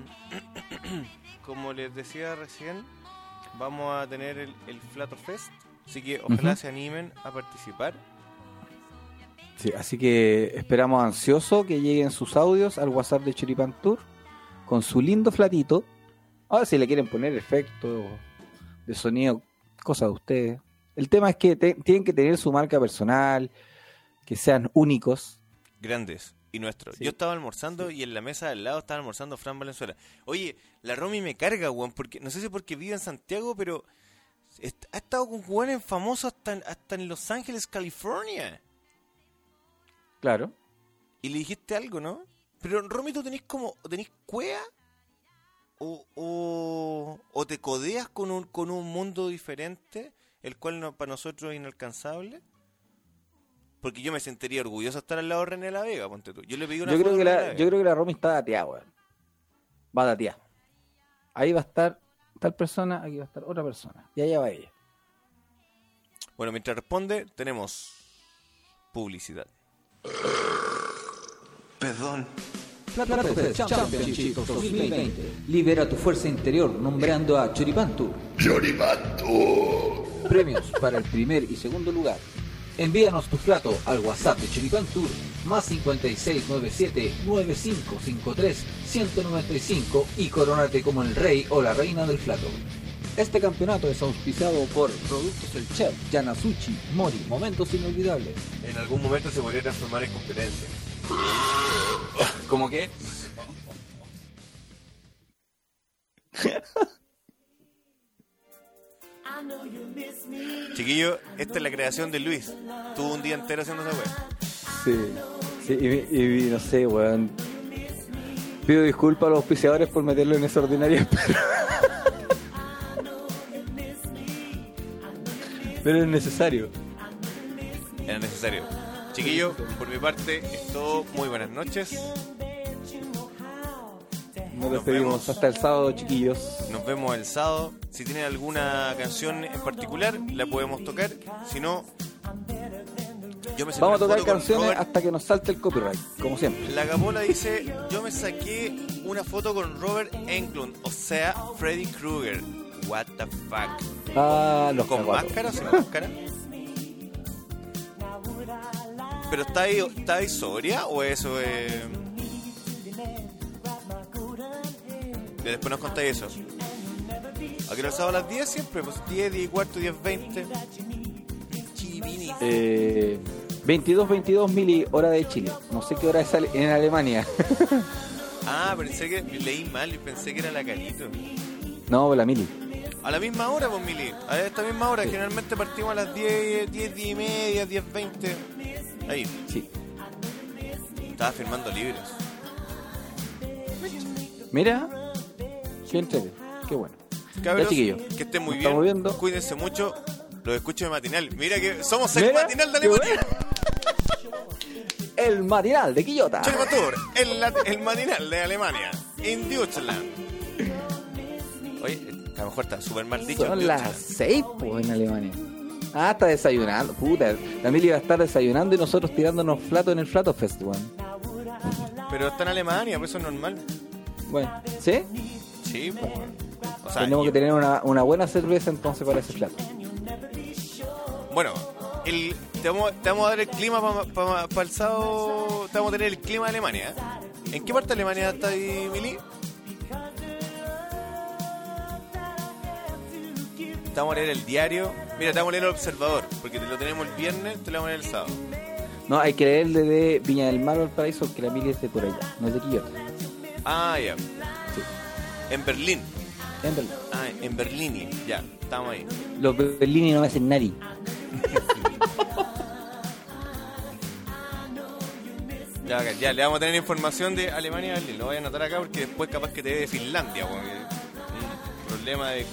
como les decía recién, vamos a tener el, el Flato Fest, así que ojalá Ujú. se animen a participar. Sí, así que esperamos ansioso que lleguen sus audios al WhatsApp de Choripan Tour con su lindo flatito. Ahora si le quieren poner efectos de sonido, cosa de ustedes. El tema es que te- tienen que tener su marca personal, que sean únicos. Grandes y nuestros. Sí. Yo estaba almorzando y en la mesa de al lado estaba almorzando Fran Valenzuela. Oye, la Romy me carga, weón, porque no sé si porque vive en Santiago, pero est- ha estado con weones famosos hasta, en- hasta en Los Ángeles, California. Claro. Y le dijiste algo, ¿no? Pero Romy, ¿tú tenés como, tenés cuea? O, o, o te codeas con un, con un mundo diferente, el cual no, para nosotros es inalcanzable. Porque yo me sentiría orgulloso de estar al lado de René La Vega, ponte tú. Yo le pedí una Yo foto creo, que a René la, Vega. yo creo que la Romy está dateada, weón. Va dateada. Ahí va a estar tal persona, aquí va a estar otra persona. Y allá va ella. Bueno, mientras responde, tenemos publicidad. Perdón. Flato Fest Championship dos mil veinte. Libera tu fuerza interior nombrando a Choripan Tour. Choripan Tour. Premios para el primer y segundo lugar. Envíanos tu flato al WhatsApp de Choripan Tour más cincuenta y seis noventa y siete noventa y cinco cincuenta y tres ciento noventa y cinco y corónate como el rey o la reina del flato. Este campeonato es auspiciado por Productos El Chef, Yanasuchi, Mori, Momentos Inolvidables. En algún momento se podría transformar en competencia. ¿Cómo qué? Chiquillo, esta es la creación de Luis. Tuvo un día entero haciendo esa wea. Sí, sí y, y- y no sé, weón. Pido disculpas a los auspiciadores por meterlo en esa ordinaria, pero... pero es necesario. Era necesario. Chiquillo, por mi parte es todo. Muy buenas noches. Nos Nos despedimos vemos. hasta el sábado, chiquillos. Nos vemos el sábado. Si tienen alguna canción en particular, la podemos tocar. Si no, yo me saqué Vamos a una tocar foto con canciones Robert. hasta que nos salte el copyright, como siempre. La Gabola dice: yo me saqué una foto con Robert Englund, o sea, Freddy Krueger. What the fuck. Ah, los ¿Con caguatos. máscara o sin máscara? ¿Pero está ahí, está ahí sobria o eso es...? Y después nos contáis eso. Aquí el sábado a las diez siempre, pues diez, diez y cuarto, diez, veinte. Chivini. Eh, veintidós veintidós mili, hora de Chile. No sé qué hora es ale- en Alemania. Ah, pensé que leí mal y pensé que era la Carito. No, la mili. A la misma hora, pues, Mili. A esta misma hora. Sí. Generalmente partimos a las diez, diez, diez y media, diez, veinte. Ahí. Sí. Estaba firmando libros. Mira, qué entrete, qué bueno. Cabros, Ya, chiquillos, que estén muy nos bien. estamos viendo. Cuídense mucho. Los escucho de matinal. Mira que somos el Mira, matinal de qué Alemania. El matinal de Quillota. Choripatur, el, la- el matinal de Alemania. In Deutschland. Oye, a lo mejor está súper mal dicho. Son en las Deutschland. seis, pues, en Alemania. Ah, está desayunando. Puta, la Mili va a estar desayunando y nosotros tirándonos flato en el Flato Fest, weón. Pero está en Alemania, pues eso es normal. Bueno, ¿sí? Sí, pues. O sea, Tenemos yo- que tener una, una buena cerveza entonces para ese plato. Bueno, el, te, vamos, te vamos a dar el clima para el sábado. Te vamos a tener el clima de Alemania. ¿eh? ¿En qué parte de Alemania está ahí, Mili? Te vamos a leer el diario. Mira, te vamos a leer el Observador, porque te lo tenemos el viernes, te lo vamos a leer el sábado. No, hay que leerle de Viña del Mar al Paraíso, que la Mili es de por allá, no es de Quillota. Ah, ya. Sí. En Berlín. En Berlín. Ah, en Berlín, ya, estamos ahí. Los berlini no me hacen nari. Ya, bacán, ya, le vamos a tener información de Alemania y Berlín. Lo voy a anotar acá porque después capaz que te dé de Finlandia, weón. Un problema de...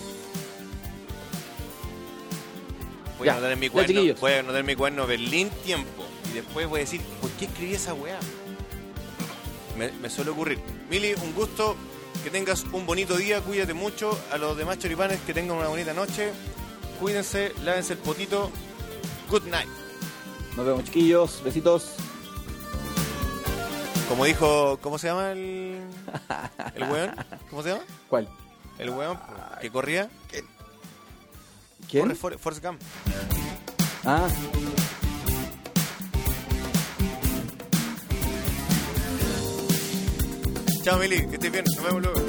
Voy Ya, a anotar en mi ya, cuaderno, chiquillos. voy a anotar en mi cuaderno Berlín tiempo. Y después voy a decir, ¿por qué escribí esa weá? Me, me suele ocurrir. Mili, un gusto. Que tengas un bonito día, cuídate mucho. A los demás choripanes, que tengan una bonita noche. Cuídense, lávense el potito. Good night. Nos vemos, chiquillos. Besitos. Como dijo, ¿cómo se llama el el weón? ¿Cómo se llama? ¿Cuál? El weón que corría. ¿Quién? Corre For- Forrest Gump. Ah, Chao, Mili, que estés bien. Nos vemos luego.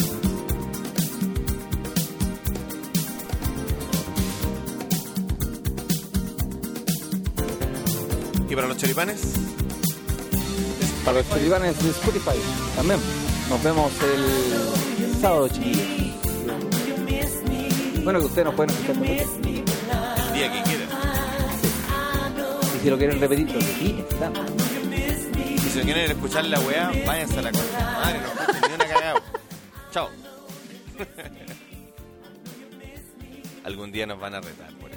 Y para los choripanes, para los choripanes de Spotify también. Nos vemos el sábado, chiquillos. Bueno, que ustedes nos pueden escuchar también. el día que quieran. Y si lo quieren repetir, lo repiten. estamos. Y si no quieren escuchar la weá, váyanse a la cosa. Madre, no escuchen ni una cagada. Chao. Algún día nos van a retar por eso.